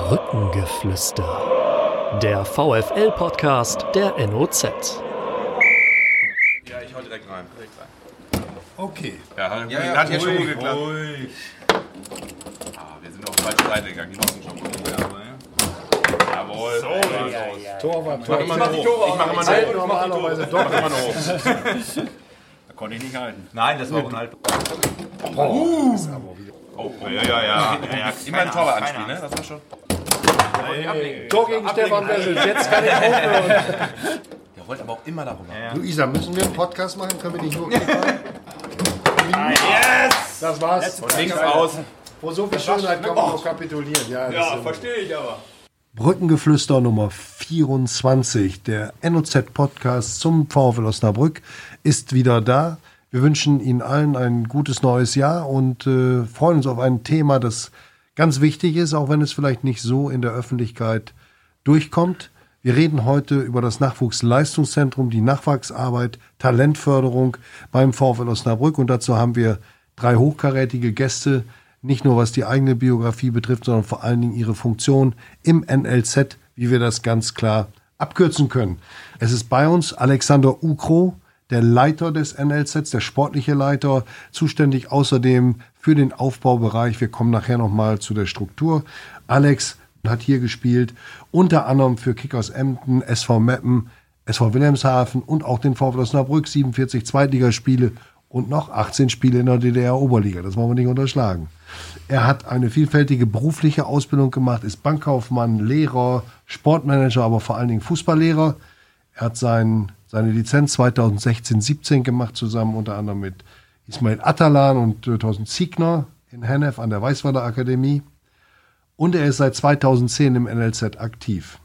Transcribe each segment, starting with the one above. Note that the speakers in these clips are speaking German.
Brückengeflüster. Der VfL-Podcast der NOZ. Ja, ich hau direkt rein. Okay. Hat jetzt schon gut geklappt. Wir sind auf die falsche Seite gegangen. Die mussten schon gut. Jawohl. So, Torwart. Ich mach immer noch hoch. Ich mach immer noch hoch. Normalerweise doch. Da konnte ich nicht halten. Nein, das war unhaltbar. Ja. Immer ein Torwart anspielen, ne? Das war schon. Tor gegen Stefan Wessel. Jetzt kann ich aufhören. Der rollt aber auch immer darüber. Luisa, müssen wir einen Podcast machen? Können wir nicht nur... Yes! Das war's. Von links aus. Vor so viel Schönheit kann man noch kapitulieren. Ja, Verstehe ich aber. Brückengeflüster Nummer 24, der NOZ-Podcast zum VfL Osnabrück, ist wieder da. Wir wünschen Ihnen allen ein gutes neues Jahr und freuen uns auf ein Thema, das ganz wichtig ist, auch wenn es vielleicht nicht so in der Öffentlichkeit durchkommt. Wir reden heute über das Nachwuchsleistungszentrum, die Nachwuchsarbeit, Talentförderung beim VfL Osnabrück. Und dazu haben wir 3 hochkarätige Gäste, nicht nur was die eigene Biografie betrifft, sondern vor allen Dingen ihre Funktion im NLZ, wie wir das ganz klar abkürzen können. Es ist bei uns Alexander Ukro, der Leiter des NLZ, der sportliche Leiter, zuständig außerdem für den Aufbaubereich. Wir kommen nachher nochmal zu der Struktur. Alex hat hier gespielt, unter anderem für Kickers Emden, SV Meppen, SV Wilhelmshaven und auch den VfL Osnabrück, 47 Zweitligaspiele und noch 18 Spiele in der DDR-Oberliga. Das wollen wir nicht unterschlagen. Er hat eine vielfältige berufliche Ausbildung gemacht, ist Bankkaufmann, Lehrer, Sportmanager, aber vor allen Dingen Fußballlehrer. Er hat seine Lizenz 2016-17 gemacht, zusammen unter anderem mit Ismail Atalan und Thorsten Ziegner in Hennef an der Weißweiler Akademie. Und er ist seit 2010 im NLZ aktiv.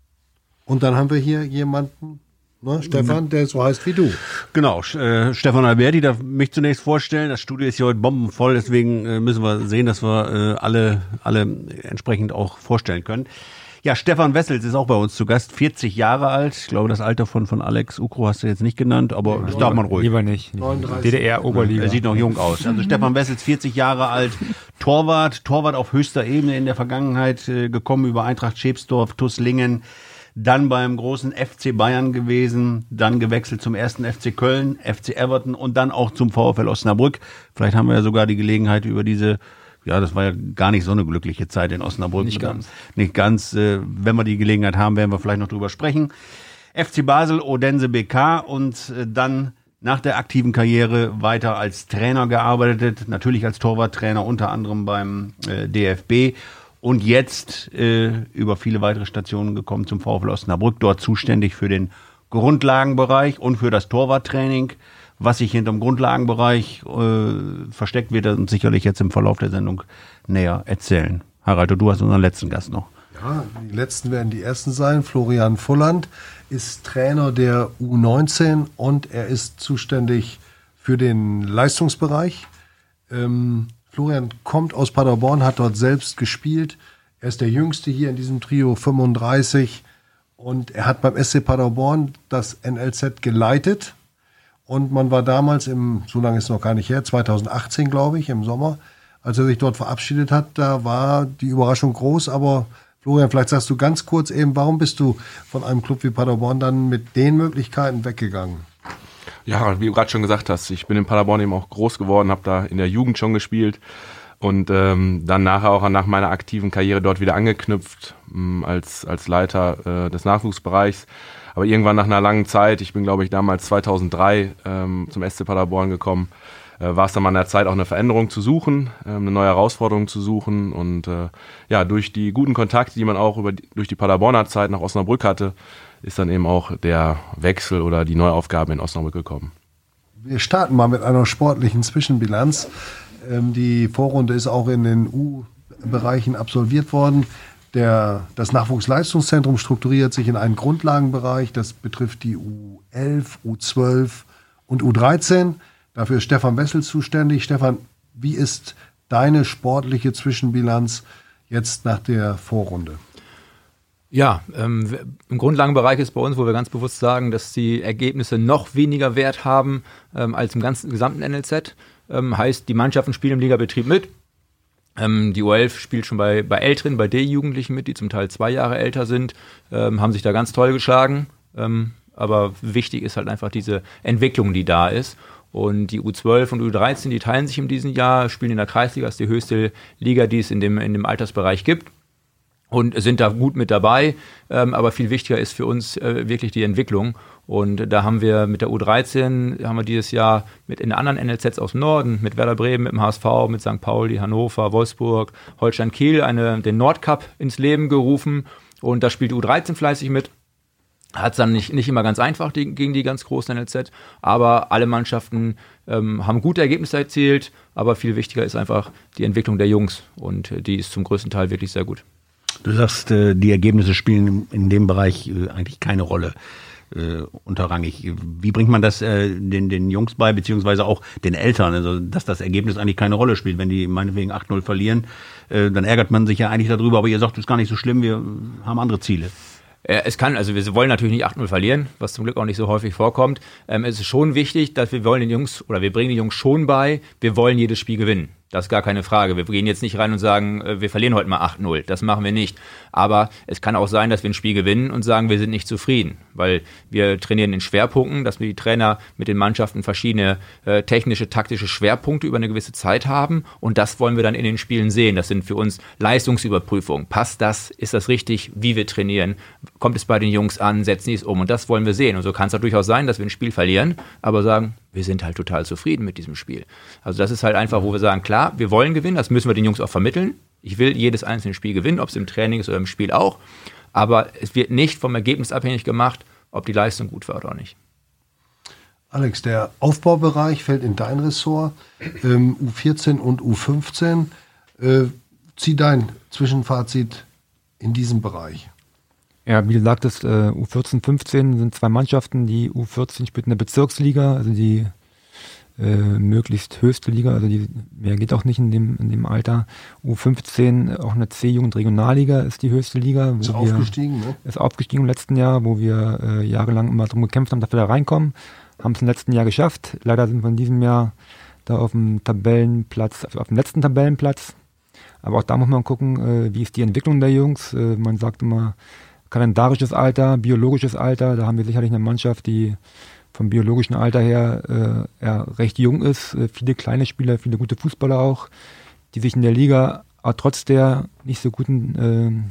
Und dann haben wir hier jemanden, Stefan, der so heißt wie du. Genau, Stefan Alberti darf mich zunächst vorstellen. Das Studio ist hier heute bombenvoll, deswegen müssen wir sehen, dass wir alle entsprechend auch vorstellen können. Ja, Stefan Wessels ist auch bei uns zu Gast, 40 Jahre alt. Ich glaube, das Alter von Alex Ukro hast du jetzt nicht genannt, aber das darf man ruhig. Lieber nicht. DDR-Oberliga. Er sieht noch jung aus. Also Stefan Wessels, 40 Jahre alt, Torwart auf höchster Ebene in der Vergangenheit, gekommen über Eintracht Schepsdorf, TuS Lingen, dann beim großen FC Bayern gewesen, dann gewechselt zum 1. FC Köln, FC Everton und dann auch zum VfL Osnabrück. Vielleicht haben wir ja sogar die Gelegenheit über diese... Ja, das war ja gar nicht so eine glückliche Zeit in Osnabrück. Nicht ganz. Nicht ganz. Wenn wir die Gelegenheit haben, werden wir vielleicht noch drüber sprechen. FC Basel, Odense BK und dann nach der aktiven Karriere weiter als Trainer gearbeitet. Natürlich als Torwarttrainer, unter anderem beim DFB. Und jetzt über viele weitere Stationen gekommen zum VfL Osnabrück. Dort zuständig für den Grundlagenbereich und für das Torwarttraining. Was sich hinterm Grundlagenbereich versteckt, wird er uns sicherlich jetzt im Verlauf der Sendung näher erzählen. Harald, du hast unseren letzten Gast noch. Ja, die letzten werden die ersten sein. Florian Volland ist Trainer der U19 und er ist zuständig für den Leistungsbereich. Florian kommt aus Paderborn, hat dort selbst gespielt. Er ist der Jüngste hier in diesem Trio, 35. Und er hat beim SC Paderborn das NLZ geleitet. Und man war damals so lange ist es noch gar nicht her, 2018 glaube ich, im Sommer, als er sich dort verabschiedet hat, da war die Überraschung groß. Aber Florian, vielleicht sagst du ganz kurz eben, warum bist du von einem Club wie Paderborn dann mit den Möglichkeiten weggegangen? Ja, wie du gerade schon gesagt hast, ich bin in Paderborn eben auch groß geworden, habe da in der Jugend schon gespielt und dann nachher auch nach meiner aktiven Karriere dort wieder angeknüpft als Leiter des Nachwuchsbereichs. Aber irgendwann nach einer langen Zeit, ich bin glaube ich damals 2003 zum SC Paderborn gekommen, war es dann mal an der Zeit auch eine Veränderung zu suchen, eine neue Herausforderung zu suchen und durch die guten Kontakte, die man auch durch die Paderborner Zeit nach Osnabrück hatte, ist dann eben auch der Wechsel oder die Neuaufgabe in Osnabrück gekommen. Wir starten mal mit einer sportlichen Zwischenbilanz. Die Vorrunde ist auch in den U-Bereichen absolviert worden. Das Nachwuchsleistungszentrum strukturiert sich in einen Grundlagenbereich. Das betrifft die U11, U12 und U13. Dafür ist Stefan Wessels zuständig. Stefan, wie ist deine sportliche Zwischenbilanz jetzt nach der Vorrunde? Ja, im Grundlagenbereich ist bei uns, wo wir ganz bewusst sagen, dass die Ergebnisse noch weniger Wert haben als im gesamten NLZ. Heißt, die Mannschaften spielen im Ligabetrieb mit. Die U11 spielt schon bei Älteren, bei D-Jugendlichen mit, die zum Teil 2 Jahre älter sind, haben sich da ganz toll geschlagen. Aber wichtig ist halt einfach diese Entwicklung, die da ist. Und die U12 und U13, die teilen sich in diesem Jahr, spielen in der Kreisliga, das ist die höchste Liga, die es in dem Altersbereich gibt. Und sind da gut mit dabei, aber viel wichtiger ist für uns wirklich die Entwicklung. Und da haben wir mit der U13, haben wir dieses Jahr mit in anderen NLZs aus dem Norden, mit Werder Bremen, mit dem HSV, mit St. Pauli, Hannover, Wolfsburg, Holstein Kiel, den Nordcup ins Leben gerufen. Und da spielt die U13 fleißig mit. Hat es dann nicht immer ganz einfach gegen die ganz großen NLZ, aber alle Mannschaften haben gute Ergebnisse erzielt, aber viel wichtiger ist einfach die Entwicklung der Jungs und die ist zum größten Teil wirklich sehr gut. Du sagst, die Ergebnisse spielen in dem Bereich eigentlich keine Rolle, unterrangig. Wie bringt man das den Jungs bei, beziehungsweise auch den Eltern, also dass das Ergebnis eigentlich keine Rolle spielt? Wenn die meinetwegen 8-0 verlieren, dann ärgert man sich ja eigentlich darüber, aber ihr sagt, das ist gar nicht so schlimm, wir haben andere Ziele. Wir wollen natürlich nicht 8-0 verlieren, was zum Glück auch nicht so häufig vorkommt. Es ist schon wichtig, dass wir bringen den Jungs schon bei, wir wollen jedes Spiel gewinnen. Das ist gar keine Frage. Wir gehen jetzt nicht rein und sagen, wir verlieren heute mal 8-0. Das machen wir nicht. Aber es kann auch sein, dass wir ein Spiel gewinnen und sagen, wir sind nicht zufrieden. Weil wir trainieren in Schwerpunkten, dass wir die Trainer mit den Mannschaften verschiedene technische, taktische Schwerpunkte über eine gewisse Zeit haben. Und das wollen wir dann in den Spielen sehen. Das sind für uns Leistungsüberprüfungen. Passt das? Ist das richtig, wie wir trainieren? Kommt es bei den Jungs an? Setzen die es um? Und das wollen wir sehen. Und so kann es auch durchaus sein, dass wir ein Spiel verlieren, aber sagen, wir sind halt total zufrieden mit diesem Spiel. Also das ist halt einfach, wo wir sagen, klar, wir wollen gewinnen, das müssen wir den Jungs auch vermitteln. Ich will jedes einzelne Spiel gewinnen, ob es im Training ist oder im Spiel auch. Aber es wird nicht vom Ergebnis abhängig gemacht, ob die Leistung gut war oder nicht. Alex, der Aufbaubereich fällt in dein Ressort, U14 und U15. Zieh dein Zwischenfazit in diesem Bereich. Ja, wie du sagtest, U14, 15 sind 2 Mannschaften. Die U14 spielt in der Bezirksliga, also die möglichst höchste Liga, also mehr geht auch nicht in dem Alter. U15, auch eine C-Jugend-Regionalliga ist die höchste Liga. Ist aufgestiegen, ne? Ist aufgestiegen im letzten Jahr, wo wir jahrelang immer darum gekämpft haben, dass wir da reinkommen. Haben es im letzten Jahr geschafft. Leider sind wir in diesem Jahr da auf dem Tabellenplatz, also auf dem letzten Tabellenplatz. Aber auch da muss man gucken, wie ist die Entwicklung der Jungs. Man sagt immer, kalendarisches Alter, biologisches Alter, da haben wir sicherlich eine Mannschaft, die vom biologischen Alter her recht jung ist. Viele kleine Spieler, viele gute Fußballer auch, die sich in der Liga trotz der nicht so guten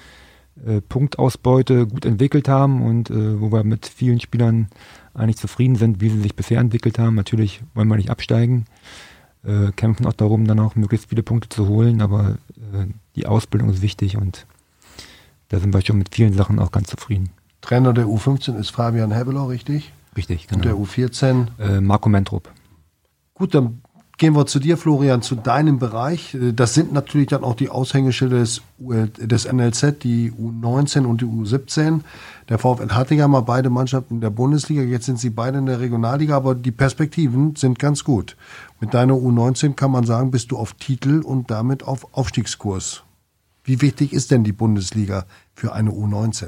Punktausbeute gut entwickelt haben und wo wir mit vielen Spielern eigentlich zufrieden sind, wie sie sich bisher entwickelt haben. Natürlich wollen wir nicht absteigen, kämpfen auch darum, dann auch möglichst viele Punkte zu holen, aber die Ausbildung ist wichtig und da sind wir schon mit vielen Sachen auch ganz zufrieden. Trainer der U15 ist Fabian Hebeler, richtig? Richtig, genau. Und der U14? Marco Mentrup. Gut, dann gehen wir zu dir, Florian, zu deinem Bereich. Das sind natürlich dann auch die Aushängeschilder des NLZ, die U19 und die U17. Der VfL hatte ja mal beide Mannschaften in der Bundesliga, jetzt sind sie beide in der Regionalliga, aber die Perspektiven sind ganz gut. Mit deiner U19 kann man sagen, bist du auf Titel und damit auf Aufstiegskurs. Wie wichtig ist denn die Bundesliga für eine U19?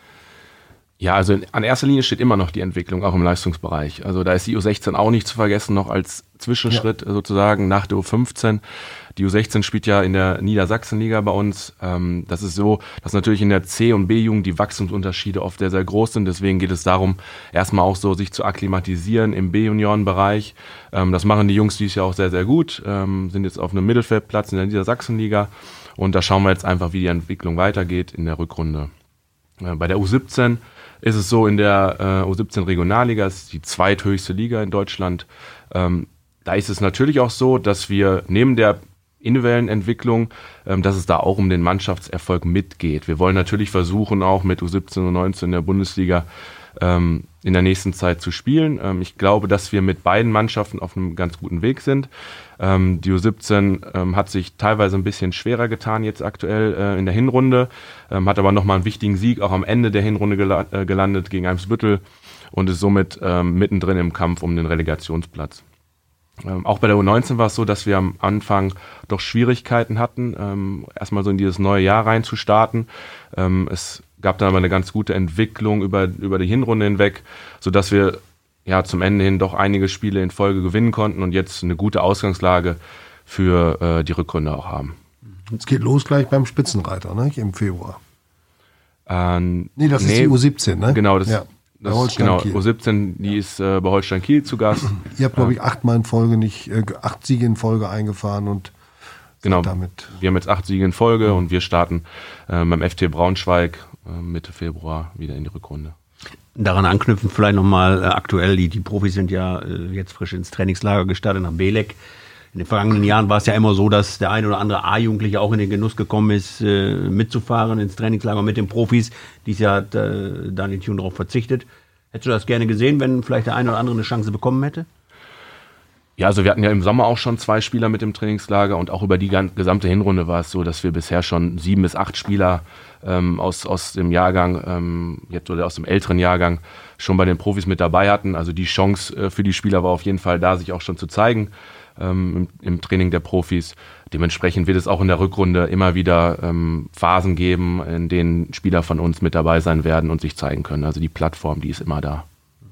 Ja, also an erster Linie steht immer noch die Entwicklung, auch im Leistungsbereich. Also da ist die U16 auch nicht zu vergessen, noch als Zwischenschritt sozusagen nach der U15. Die U16 spielt ja in der Niedersachsenliga bei uns. Das ist so, dass natürlich in der C- und B-Jugend die Wachstumsunterschiede oft sehr, sehr groß sind. Deswegen geht es darum, erstmal auch so sich zu akklimatisieren im B-Juniorenbereich. Das machen die Jungs dieses Jahr auch sehr, sehr gut. Sind jetzt auf einem Mittelfeldplatz in der Niedersachsenliga. Und da schauen wir jetzt einfach, wie die Entwicklung weitergeht in der Rückrunde. Bei der U17 ist es so, in der U17 Regionalliga, das ist die zweithöchste Liga in Deutschland. Da ist es natürlich auch so, dass wir neben der individuellen Entwicklung, dass es da auch um den Mannschaftserfolg mitgeht. Wir wollen natürlich versuchen, auch mit U17 und U19 in der Bundesliga in der nächsten Zeit zu spielen. Ich glaube, dass wir mit beiden Mannschaften auf einem ganz guten Weg sind. Die U17 hat sich teilweise ein bisschen schwerer getan jetzt aktuell in der Hinrunde, hat aber nochmal einen wichtigen Sieg auch am Ende der Hinrunde gelandet gegen Eimsbüttel und ist somit mittendrin im Kampf um den Relegationsplatz. Auch bei der U19 war es so, dass wir am Anfang doch Schwierigkeiten hatten, erstmal so in dieses neue Jahr reinzustarten. Es gab dann aber eine ganz gute Entwicklung über die Hinrunde hinweg, sodass wir ja zum Ende hin doch einige Spiele in Folge gewinnen konnten und jetzt eine gute Ausgangslage für die Rückrunde auch haben. Es geht los gleich beim Spitzenreiter, ne? Im Februar. Nee, das ist die U17, ne? Genau, bei Holstein genau, Kiel. U17, die ist bei Holstein Kiel zu Gast. Ihr habt, glaube ich, 8 Siege in Folge eingefahren und genau, damit. Wir haben jetzt 8 Siege in Folge und wir starten beim FT Braunschweig Mitte Februar wieder in die Rückrunde. Daran anknüpfen vielleicht nochmal aktuell, die Profis sind ja jetzt frisch ins Trainingslager gestartet nach Belek. In den vergangenen Jahren war es ja immer so, dass der ein oder andere A-Jugendliche auch in den Genuss gekommen ist, mitzufahren ins Trainingslager mit den Profis. Dies Jahr hat Daniel Thune darauf verzichtet. Hättest du das gerne gesehen, wenn vielleicht der eine oder andere eine Chance bekommen hätte? Ja, also wir hatten ja im Sommer auch schon 2 Spieler mit im Trainingslager und auch über die gesamte Hinrunde war es so, dass wir bisher schon 7 bis 8 Spieler aus dem Jahrgang, jetzt oder aus dem älteren Jahrgang, schon bei den Profis mit dabei hatten. Also die Chance für die Spieler war auf jeden Fall da, sich auch schon zu zeigen im Training der Profis. Dementsprechend wird es auch in der Rückrunde immer wieder Phasen geben, in denen Spieler von uns mit dabei sein werden und sich zeigen können. Also die Plattform, die ist immer da.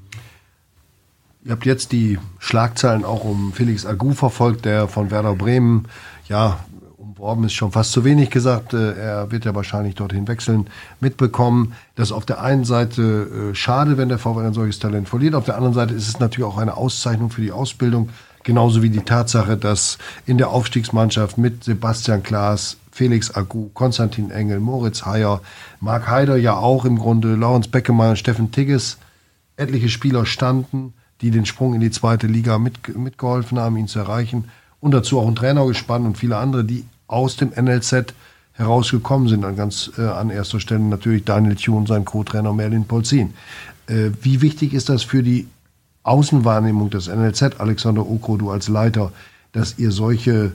Ihr habt jetzt die Schlagzeilen auch um Felix Agu verfolgt, der von Werder Bremen, ja, umworben ist schon fast zu wenig gesagt, er wird ja wahrscheinlich dorthin wechseln, mitbekommen. Das ist auf der einen Seite schade, wenn der VfL ein solches Talent verliert. Auf der anderen Seite ist es natürlich auch eine Auszeichnung für die Ausbildung, genauso wie die Tatsache, dass in der Aufstiegsmannschaft mit Sebastian Klaas, Felix Agu, Konstantin Engel, Moritz Heyer, Marc Haider ja auch im Grunde, Laurens Beckemeyer, Steffen Tigges, etliche Spieler standen, die den Sprung in die zweite Liga mitgeholfen haben, ihn zu erreichen. Und dazu auch ein Trainergespann und viele andere, die aus dem NLZ herausgekommen sind. An erster Stelle natürlich Daniel Thune, sein Co-Trainer Merlin Polzin. Wie wichtig ist das für die Außenwahrnehmung des NLZ, Alexander Okro, du als Leiter, dass ihr solche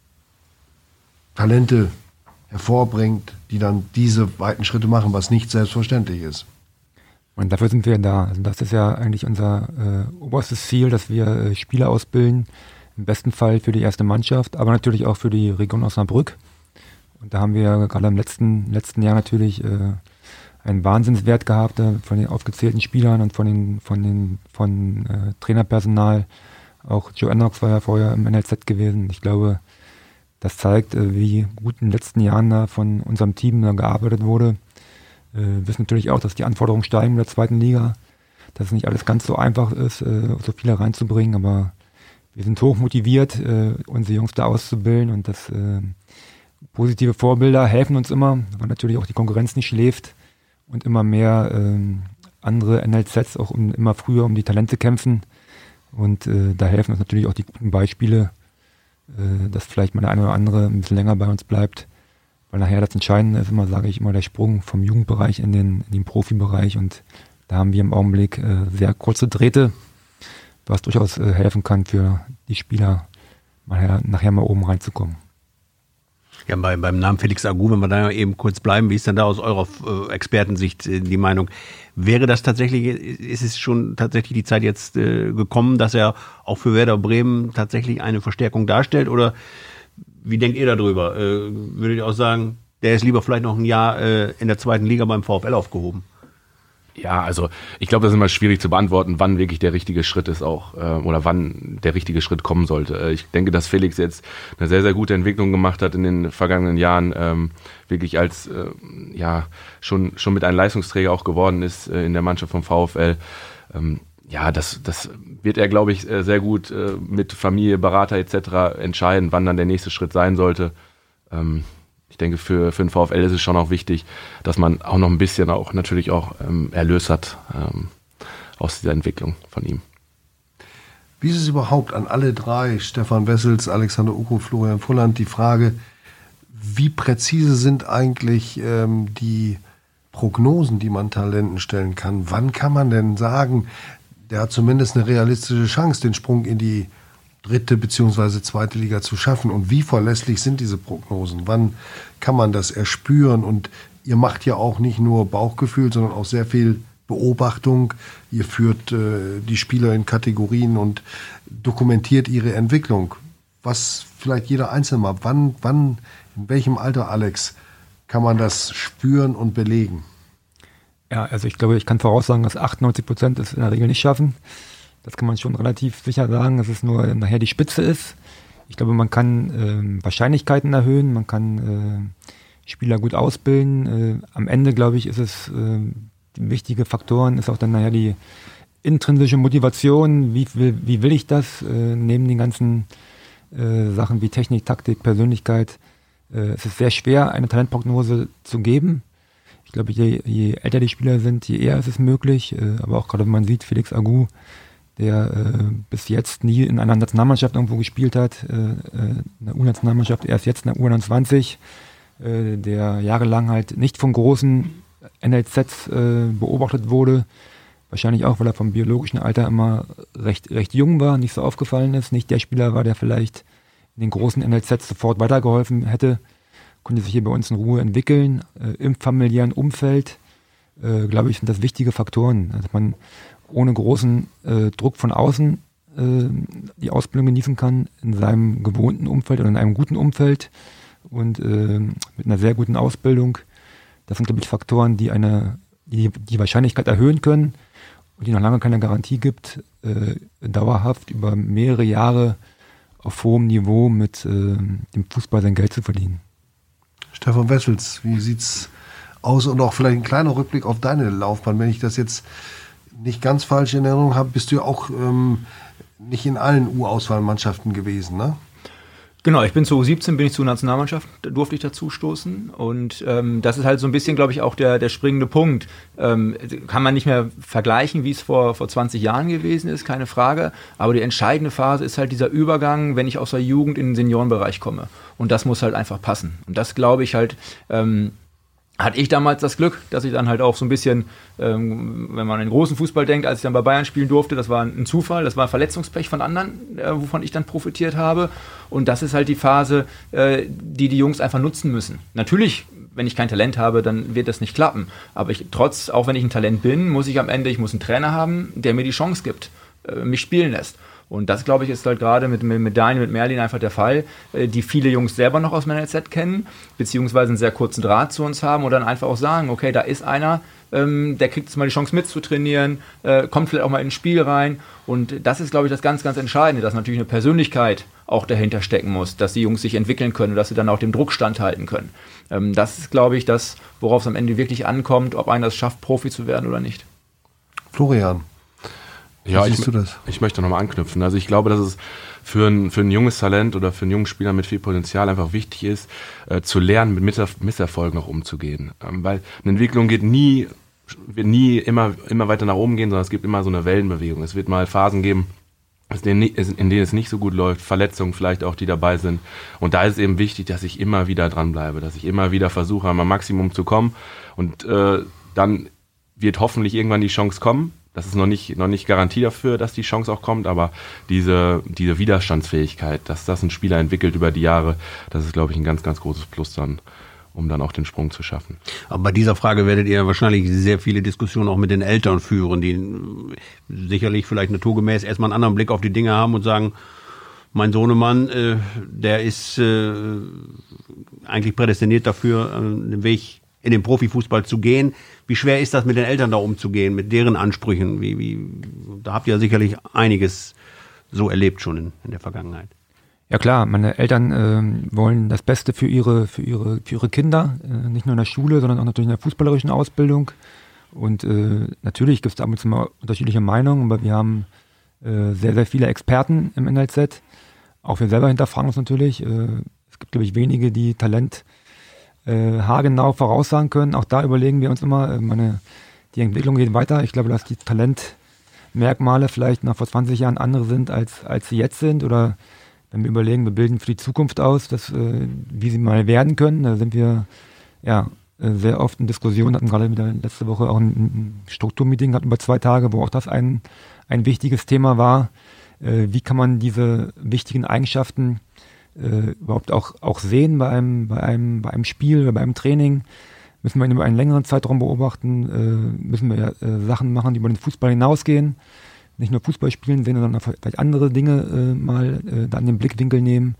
Talente hervorbringt, die dann diese weiten Schritte machen, was nicht selbstverständlich ist? Und dafür sind wir da. Also das ist ja eigentlich unser oberstes Ziel, dass wir Spieler ausbilden, im besten Fall für die erste Mannschaft, aber natürlich auch für die Region Osnabrück. Und da haben wir gerade im letzten Jahr natürlich einen Wahnsinnswert gehabt von den aufgezählten Spielern und von Trainerpersonal. Auch Joe Ennox war ja vorher im NLZ gewesen. Ich glaube, das zeigt, wie gut in den letzten Jahren da von unserem Team da gearbeitet wurde. Wir wissen natürlich auch, dass die Anforderungen steigen in der zweiten Liga, dass es nicht alles ganz so einfach ist, so viele reinzubringen, aber wir sind hoch motiviert, unsere Jungs da auszubilden und das positive Vorbilder helfen uns immer, weil natürlich auch die Konkurrenz nicht schläft und immer mehr andere NLZs auch immer früher um die Talente kämpfen und da helfen uns natürlich auch die guten Beispiele, dass vielleicht mal der eine oder andere ein bisschen länger bei uns bleibt. Weil nachher das Entscheidende ist immer, sage ich immer, der Sprung vom Jugendbereich in den Profibereich und da haben wir im Augenblick sehr kurze Drähte, was durchaus helfen kann für die Spieler, nachher mal oben reinzukommen. Ja, beim Namen Felix Agu, wenn wir da eben kurz bleiben, wie ist denn da aus eurer Expertensicht die Meinung? Ist es schon tatsächlich die Zeit jetzt gekommen, dass er auch für Werder Bremen tatsächlich eine Verstärkung darstellt oder wie denkt ihr darüber? Würdet ihr auch sagen, der ist lieber vielleicht noch ein Jahr in der zweiten Liga beim VfL aufgehoben? Ja, also ich glaube, das ist immer schwierig zu beantworten, wann wirklich der richtige Schritt ist auch oder wann der richtige Schritt kommen sollte. Ich denke, dass Felix jetzt eine sehr, sehr gute Entwicklung gemacht hat in den vergangenen Jahren, wirklich als schon mit einem Leistungsträger auch geworden ist in der Mannschaft vom VfL. Ja, das wird er, glaube ich, sehr gut mit Familie, Berater etc. entscheiden, wann dann der nächste Schritt sein sollte. Ich denke, für den VfL ist es schon auch wichtig, dass man auch noch ein bisschen auch natürlich auch Erlös hat aus dieser Entwicklung von ihm. Wie ist es überhaupt an alle drei, Stefan Wessels, Alexander Okro, Florian Volland, die Frage, wie präzise sind eigentlich die Prognosen, die man Talenten stellen kann? Wann kann man denn sagen, der hat zumindest eine realistische Chance, den Sprung in die dritte bzw. zweite Liga zu schaffen? Und wie verlässlich sind diese Prognosen? Wann kann man das erspüren? Und ihr macht ja auch nicht nur Bauchgefühl, sondern auch sehr viel Beobachtung. Ihr führt die Spieler in Kategorien und dokumentiert ihre Entwicklung. Was vielleicht jeder Einzelne mal, wann, in welchem Alter, Alex, kann man das spüren und belegen? Ja, also ich glaube, ich kann voraussagen, dass 98% es in der Regel nicht schaffen. Das kann man schon relativ sicher sagen, dass es nur nachher die Spitze ist. Ich glaube, man kann Wahrscheinlichkeiten erhöhen, man kann Spieler gut ausbilden. Am Ende, glaube ich, ist es wichtige Faktoren, ist auch dann nachher die intrinsische Motivation, wie will ich das, neben den ganzen Sachen wie Technik, Taktik, Persönlichkeit. Es ist sehr schwer, eine Talentprognose zu geben. Ich glaube, je älter die Spieler sind, je eher ist es möglich. Aber auch gerade, wenn man sieht, Felix Agu, der bis jetzt nie in einer Nationalmannschaft irgendwo gespielt hat, in der U-Nationalmannschaft, erst jetzt in der U21, der jahrelang halt nicht von großen NLZs beobachtet wurde. Wahrscheinlich auch, weil er vom biologischen Alter immer recht jung war, nicht so aufgefallen ist. Nicht der Spieler war, der vielleicht in den großen NLZs sofort weitergeholfen hätte. Konnte sich hier bei uns in Ruhe entwickeln. Im familiären Umfeld, glaube ich, sind das wichtige Faktoren. Also man ohne großen Druck von außen die Ausbildung genießen kann, in seinem gewohnten Umfeld oder in einem guten Umfeld und mit einer sehr guten Ausbildung. Das sind, glaube ich, Faktoren, die die Wahrscheinlichkeit erhöhen können und die noch lange keine Garantie gibt, dauerhaft über mehrere Jahre auf hohem Niveau mit dem Fußball sein Geld zu verdienen. Stefan Wessels, wie sieht's aus? Und auch vielleicht ein kleiner Rückblick auf deine Laufbahn. Wenn ich das jetzt nicht ganz falsch in Erinnerung habe, bist du ja auch nicht in allen U-Auswahlmannschaften gewesen, ne? Genau, ich bin zu U17, bin ich zur Nationalmannschaft, da durfte ich dazu stoßen und das ist halt so ein bisschen, glaube ich, auch der springende Punkt. Kann man nicht mehr vergleichen, wie es vor 20 Jahren gewesen ist, keine Frage, aber die entscheidende Phase ist halt dieser Übergang, wenn ich aus der Jugend in den Seniorenbereich komme und das muss halt einfach passen und das glaube ich halt, hatte ich damals das Glück, dass ich dann halt auch so ein bisschen, wenn man an den großen Fußball denkt, als ich dann bei Bayern spielen durfte, das war ein Zufall, das war ein Verletzungspech von anderen, wovon ich dann profitiert habe. Und das ist halt die Phase, die Jungs einfach nutzen müssen. Natürlich, wenn ich kein Talent habe, dann wird das nicht klappen. Aber auch wenn ich ein Talent bin, muss ich einen Trainer haben, der mir die Chance gibt, mich spielen lässt. Und das, glaube ich, ist halt gerade mit Daniel, mit Merlin einfach der Fall, die viele Jungs selber noch aus dem NLZ kennen, beziehungsweise einen sehr kurzen Draht zu uns haben und dann einfach auch sagen, okay, da ist einer, der kriegt jetzt mal die Chance mitzutrainieren, kommt vielleicht auch mal ins Spiel rein. Und das ist, glaube ich, das ganz, ganz Entscheidende, dass natürlich eine Persönlichkeit auch dahinter stecken muss, dass die Jungs sich entwickeln können und dass sie dann auch dem Druck standhalten können. Das ist, glaube ich, das, worauf es am Ende wirklich ankommt, ob einer es schafft, Profi zu werden oder nicht. Florian. Ja, siehst du das? Ich möchte nochmal anknüpfen. Also ich glaube, dass es für ein junges Talent oder für einen jungen Spieler mit viel Potenzial einfach wichtig ist, zu lernen, mit Misserfolgen auch umzugehen. Weil eine Entwicklung wird nie immer weiter nach oben gehen, sondern es gibt immer so eine Wellenbewegung. Es wird mal Phasen geben, in denen es nicht so gut läuft, Verletzungen vielleicht auch, die dabei sind. Und da ist es eben wichtig, dass ich immer wieder dranbleibe, dass ich immer wieder versuche, am Maximum zu kommen. Und dann wird hoffentlich irgendwann die Chance kommen. Das ist noch nicht Garantie dafür, dass die Chance auch kommt, aber diese Widerstandsfähigkeit, dass das ein Spieler entwickelt über die Jahre, das ist, glaube ich, ein ganz, ganz großes Plus dann, um dann auch den Sprung zu schaffen. Aber bei dieser Frage werdet ihr wahrscheinlich sehr viele Diskussionen auch mit den Eltern führen, die sicherlich vielleicht naturgemäß erstmal einen anderen Blick auf die Dinge haben und sagen, mein Sohnemann, der ist eigentlich prädestiniert dafür, den Weg in den Profifußball zu gehen. Wie schwer ist das, mit den Eltern da umzugehen, mit deren Ansprüchen? Da habt ihr sicherlich einiges so erlebt schon in der Vergangenheit. Ja klar, meine Eltern wollen das Beste für ihre Kinder, nicht nur in der Schule, sondern auch natürlich in der fußballerischen Ausbildung. Und natürlich gibt es ab und zu mal unterschiedliche Meinungen, aber wir haben sehr, sehr viele Experten im NLZ. Auch wir selber hinterfragen uns natürlich. Es gibt, glaube ich, wenige, die Talent haargenau voraussagen können. Auch da überlegen wir uns immer, die Entwicklung geht weiter. Ich glaube, dass die Talentmerkmale vielleicht noch vor 20 Jahren andere sind, als sie jetzt sind. Oder wenn wir überlegen, wir bilden für die Zukunft aus, wie sie mal werden können. Da sind wir sehr oft in Diskussionen, hatten gerade wieder letzte Woche auch ein Strukturmeeting gehabt über 2 Tage, wo auch das ein wichtiges Thema war. Wie kann man diese wichtigen Eigenschaften überhaupt auch sehen bei einem Spiel oder bei einem Training? Müssen wir ihn über einen längeren Zeitraum beobachten? Müssen wir Sachen machen, die über den Fußball hinausgehen? Nicht nur Fußball spielen sehen, sondern vielleicht andere Dinge mal da in den Blickwinkel nehmen.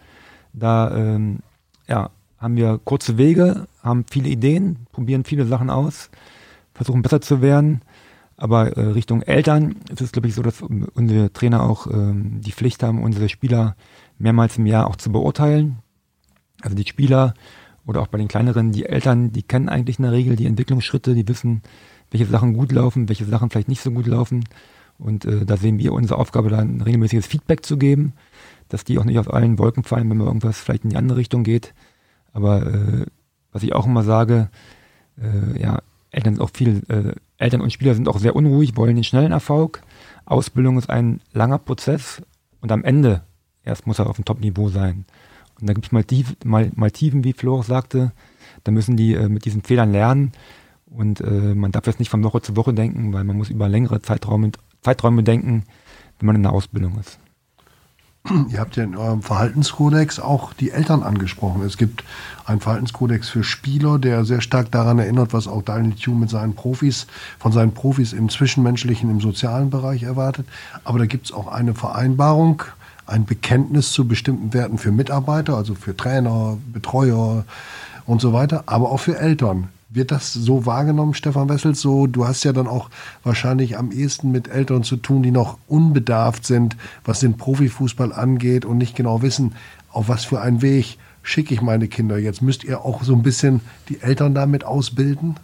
Da haben wir kurze Wege, haben viele Ideen, probieren viele Sachen aus, versuchen besser zu werden. Aber Richtung Eltern ist es, glaube ich, so, dass unsere Trainer auch die Pflicht haben, unsere Spieler mehrmals im Jahr auch zu beurteilen. Also die Spieler oder auch bei den kleineren, die Eltern, die kennen eigentlich in der Regel die Entwicklungsschritte, die wissen, welche Sachen gut laufen, welche Sachen vielleicht nicht so gut laufen. Und da sehen wir unsere Aufgabe, da ein regelmäßiges Feedback zu geben, dass die auch nicht aus allen Wolken fallen, wenn mal irgendwas vielleicht in die andere Richtung geht. Aber was ich auch immer sage, Eltern und Spieler sind auch sehr unruhig, wollen den schnellen Erfolg. Ausbildung ist ein langer Prozess und am Ende erst muss er auf dem Top-Niveau sein. Und da gibt es mal Tiefen, wie Flo auch sagte, da müssen die mit diesen Fehlern lernen und man darf jetzt nicht von Woche zu Woche denken, weil man muss über längere Zeiträume denken, wenn man in der Ausbildung ist. Ihr habt ja in eurem Verhaltenskodex auch die Eltern angesprochen. Es gibt einen Verhaltenskodex für Spieler, der sehr stark daran erinnert, was auch Daniel Thune von seinen Profis im zwischenmenschlichen, im sozialen Bereich erwartet. Aber da gibt es auch eine Vereinbarung, ein Bekenntnis zu bestimmten Werten für Mitarbeiter, also für Trainer, Betreuer und so weiter, aber auch für Eltern. Wird das so wahrgenommen, Stefan Wessels? So, du hast ja dann auch wahrscheinlich am ehesten mit Eltern zu tun, die noch unbedarft sind, was den Profifußball angeht und nicht genau wissen, auf was für einen Weg schicke ich meine Kinder. Jetzt müsst ihr auch so ein bisschen die Eltern damit ausbilden?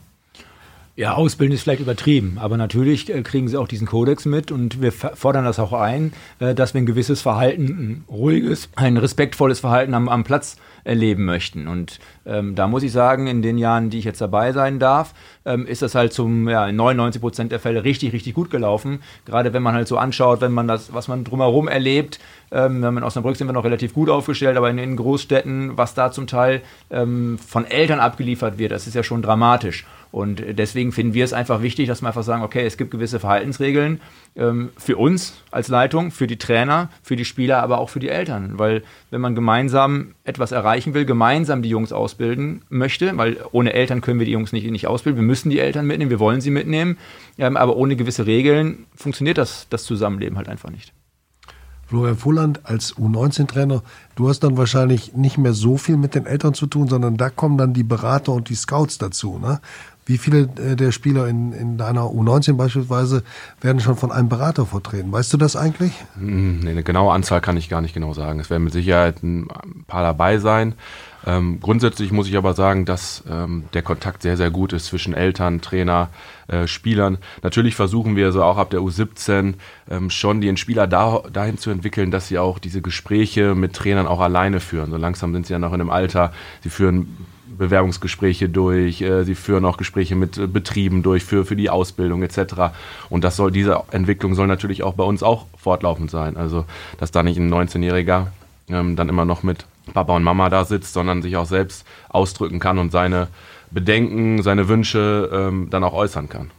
Ja, ausbilden ist vielleicht übertrieben, aber natürlich kriegen sie auch diesen Kodex mit und wir fordern das auch ein, dass wir ein gewisses Verhalten, ein ruhiges, ein respektvolles Verhalten am Platz erleben möchten. Und da muss ich sagen, in den Jahren, die ich jetzt dabei sein darf, ist das halt in 99% der Fälle richtig, richtig gut gelaufen. Gerade wenn man halt so anschaut, wenn man das, was man drumherum erlebt, wenn man in Osnabrück sind wir noch relativ gut aufgestellt, aber in den Großstädten, was da zum Teil von Eltern abgeliefert wird, das ist ja schon dramatisch. Und deswegen finden wir es einfach wichtig, dass wir einfach sagen, okay, es gibt gewisse Verhaltensregeln für uns als Leitung, für die Trainer, für die Spieler, aber auch für die Eltern. Weil wenn man gemeinsam etwas erreichen will, gemeinsam die Jungs ausbilden möchte, weil ohne Eltern können wir die Jungs nicht ausbilden, wir müssen die Eltern mitnehmen, wir wollen sie mitnehmen, aber ohne gewisse Regeln funktioniert das Zusammenleben halt einfach nicht. Florian Volland als U19-Trainer, du hast dann wahrscheinlich nicht mehr so viel mit den Eltern zu tun, sondern da kommen dann die Berater und die Scouts dazu, ne? Wie viele der Spieler in deiner U19 beispielsweise werden schon von einem Berater vertreten? Weißt du das eigentlich? Nee, eine genaue Anzahl kann ich gar nicht genau sagen. Es werden mit Sicherheit ein paar dabei sein. Grundsätzlich muss ich aber sagen, dass der Kontakt sehr, sehr gut ist zwischen Eltern, Trainer, Spielern. Natürlich versuchen wir so auch ab der U17 schon den Spieler dahin zu entwickeln, dass sie auch diese Gespräche mit Trainern auch alleine führen. So langsam sind sie ja noch in einem Alter, sie führen Bewerbungsgespräche durch, sie führen auch Gespräche mit Betrieben durch für die Ausbildung etc. Und diese Entwicklung soll natürlich auch bei uns auch fortlaufend sein. Also, dass da nicht ein 19-Jähriger dann immer noch mit Papa und Mama da sitzt, sondern sich auch selbst ausdrücken kann und seine Bedenken, seine Wünsche dann auch äußern kann.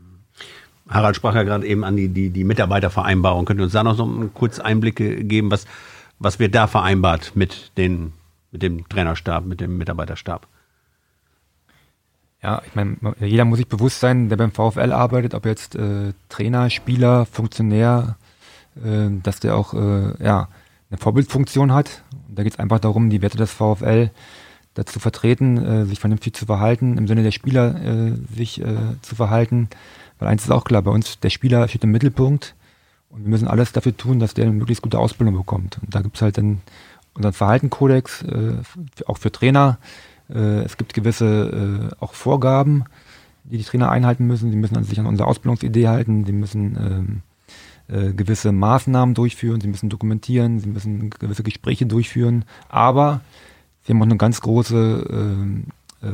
Harald sprach ja gerade eben an die Mitarbeitervereinbarung. Könnt ihr uns da noch so kurz Einblicke geben, was wird da vereinbart mit dem Trainerstab, mit dem Mitarbeiterstab? Ja, ich meine, jeder muss sich bewusst sein, der beim VfL arbeitet, ob jetzt Trainer, Spieler, Funktionär, dass der auch eine Vorbildfunktion hat. Und da geht es einfach darum, die Werte des VfL dazu vertreten, sich vernünftig zu verhalten, im Sinne der Spieler sich zu verhalten. Weil eins ist auch klar, bei uns, der Spieler steht im Mittelpunkt und wir müssen alles dafür tun, dass der eine möglichst gute Ausbildung bekommt. Und da gibt es halt dann unseren Verhaltenskodex, auch für Trainer. Es gibt gewisse auch Vorgaben, die Trainer einhalten müssen. Sie müssen sich an unsere Ausbildungsidee halten. Sie müssen gewisse Maßnahmen durchführen. Sie müssen dokumentieren. Sie müssen gewisse Gespräche durchführen. Aber sie haben auch einen ganz großen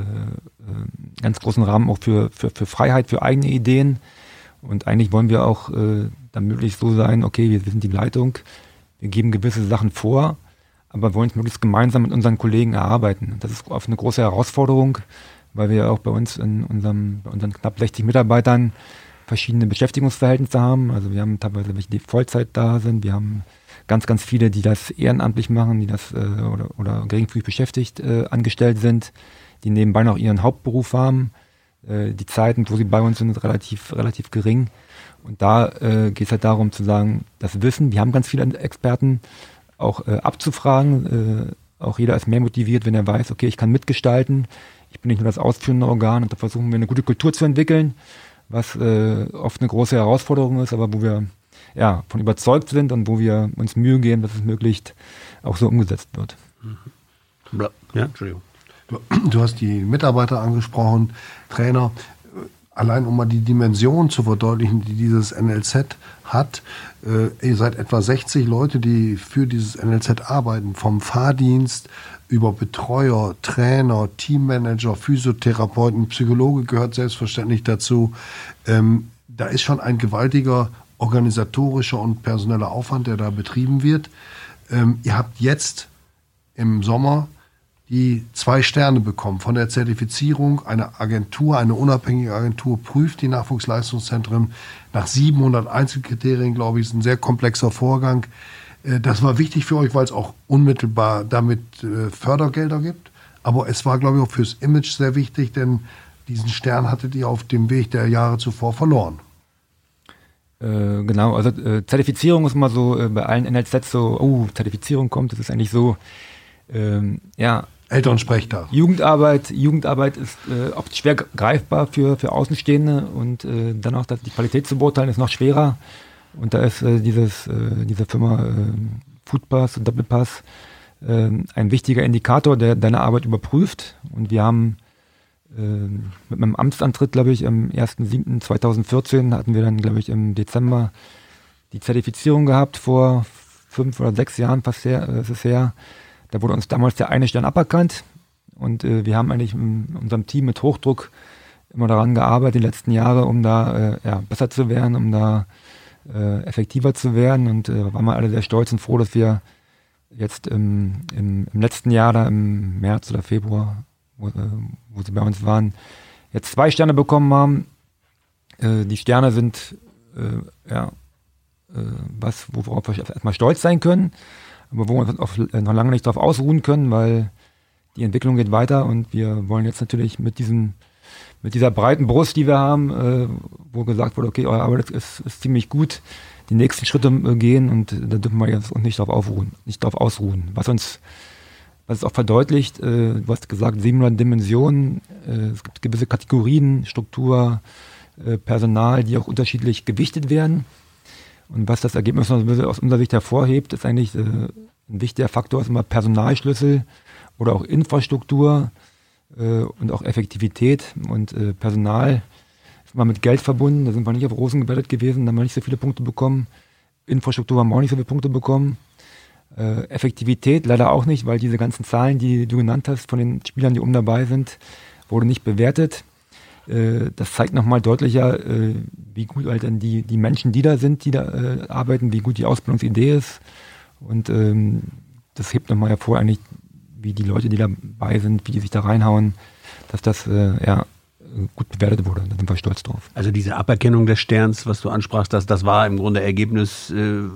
Rahmen auch für Freiheit, für eigene Ideen. Und eigentlich wollen wir auch dann möglichst so sein, okay, wir sind die Leitung, wir geben gewisse Sachen vor, aber wollen es möglichst gemeinsam mit unseren Kollegen erarbeiten. Das ist oft eine große Herausforderung, weil wir ja auch bei uns bei unseren knapp 60 Mitarbeitern verschiedene Beschäftigungsverhältnisse haben. Also wir haben teilweise welche, die Vollzeit da sind. Wir haben ganz, ganz viele, die das ehrenamtlich machen, die das oder geringfügig beschäftigt angestellt sind, die nebenbei noch ihren Hauptberuf haben. Die Zeiten, wo sie bei uns sind, relativ gering. Und da geht es halt darum zu sagen, das Wissen, wir haben ganz viele Experten, auch abzufragen. Auch jeder ist mehr motiviert, wenn er weiß, okay, ich kann mitgestalten. Ich bin nicht nur das ausführende Organ und da versuchen wir eine gute Kultur zu entwickeln, was oft eine große Herausforderung ist, aber wo wir von überzeugt sind und wo wir uns Mühe geben, dass es möglichst auch so umgesetzt wird. Ja, Entschuldigung. Du hast die Mitarbeiter angesprochen, Trainer. Allein um mal die Dimension zu verdeutlichen, die dieses NLZ hat. Ihr seid etwa 60 Leute, die für dieses NLZ arbeiten, vom Fahrdienst über Betreuer, Trainer, Teammanager, Physiotherapeuten, Psychologe gehört selbstverständlich dazu. Da ist schon ein gewaltiger organisatorischer und personeller Aufwand, der da betrieben wird. Ihr habt jetzt im Sommer die 2 Sterne bekommen von der Zertifizierung. Eine Agentur, eine unabhängige Agentur prüft die Nachwuchsleistungszentren nach 700 Einzelkriterien, glaube ich, ist ein sehr komplexer Vorgang. Das war wichtig für euch, weil es auch unmittelbar damit Fördergelder gibt. Aber es war, glaube ich, auch fürs Image sehr wichtig, denn diesen Stern hattet ihr auf dem Weg der Jahre zuvor verloren. Genau, also Zertifizierung ist immer so bei allen NLZs so, Zertifizierung kommt, das ist eigentlich so, Elternsprechtag. Jugendarbeit ist oft schwer greifbar für Außenstehende und dann auch die Qualität zu beurteilen ist noch schwerer. Und da ist diese Firma Foodpass und Doppelpass ein wichtiger Indikator, der deine Arbeit überprüft. Und wir haben mit meinem Amtsantritt, glaube ich, am 1.7.2014 hatten wir dann, glaube ich, im Dezember die Zertifizierung gehabt, vor 5 oder 6 Jahren fast ist es her. Da wurde uns damals der eine Stern aberkannt und wir haben eigentlich in unserem Team mit Hochdruck immer daran gearbeitet, die letzten Jahre, um da besser zu werden, um da effektiver zu werden und waren wir alle sehr stolz und froh, dass wir jetzt im letzten Jahr, da im März oder Februar, wo sie bei uns waren, jetzt 2 Sterne bekommen haben. Die Sterne sind worauf wir erstmal stolz sein können, aber wo wir uns noch lange nicht darauf ausruhen können, weil die Entwicklung geht weiter und wir wollen jetzt natürlich mit dieser breiten Brust, die wir haben, wo gesagt wurde, okay, eure Arbeit ist ziemlich gut, die nächsten Schritte gehen und da dürfen wir jetzt uns nicht darauf ausruhen. Was es auch verdeutlicht, du hast gesagt, 700 Dimensionen, es gibt gewisse Kategorien, Struktur, Personal, die auch unterschiedlich gewichtet werden. Und was das Ergebnis aus unserer Sicht hervorhebt, ist eigentlich ein wichtiger Faktor, ist immer Personalschlüssel oder auch Infrastruktur und auch Effektivität. Und Personal ist immer mit Geld verbunden, da sind wir nicht auf Rosen gebettet gewesen, da haben wir nicht so viele Punkte bekommen. Infrastruktur haben wir auch nicht so viele Punkte bekommen. Effektivität leider auch nicht, weil diese ganzen Zahlen, die du genannt hast, von den Spielern, die dabei sind, wurde nicht bewertet. Das zeigt nochmal deutlicher, wie gut halt dann die Menschen, die da sind, die da arbeiten, wie gut die Ausbildungsidee ist. Und das hebt nochmal hervor, eigentlich, wie die Leute, die dabei sind, wie die sich da reinhauen, dass das gut bewertet wurde. Da sind wir stolz drauf. Also diese Aberkennung des Sterns, was du ansprachst, das war im Grunde Ergebnis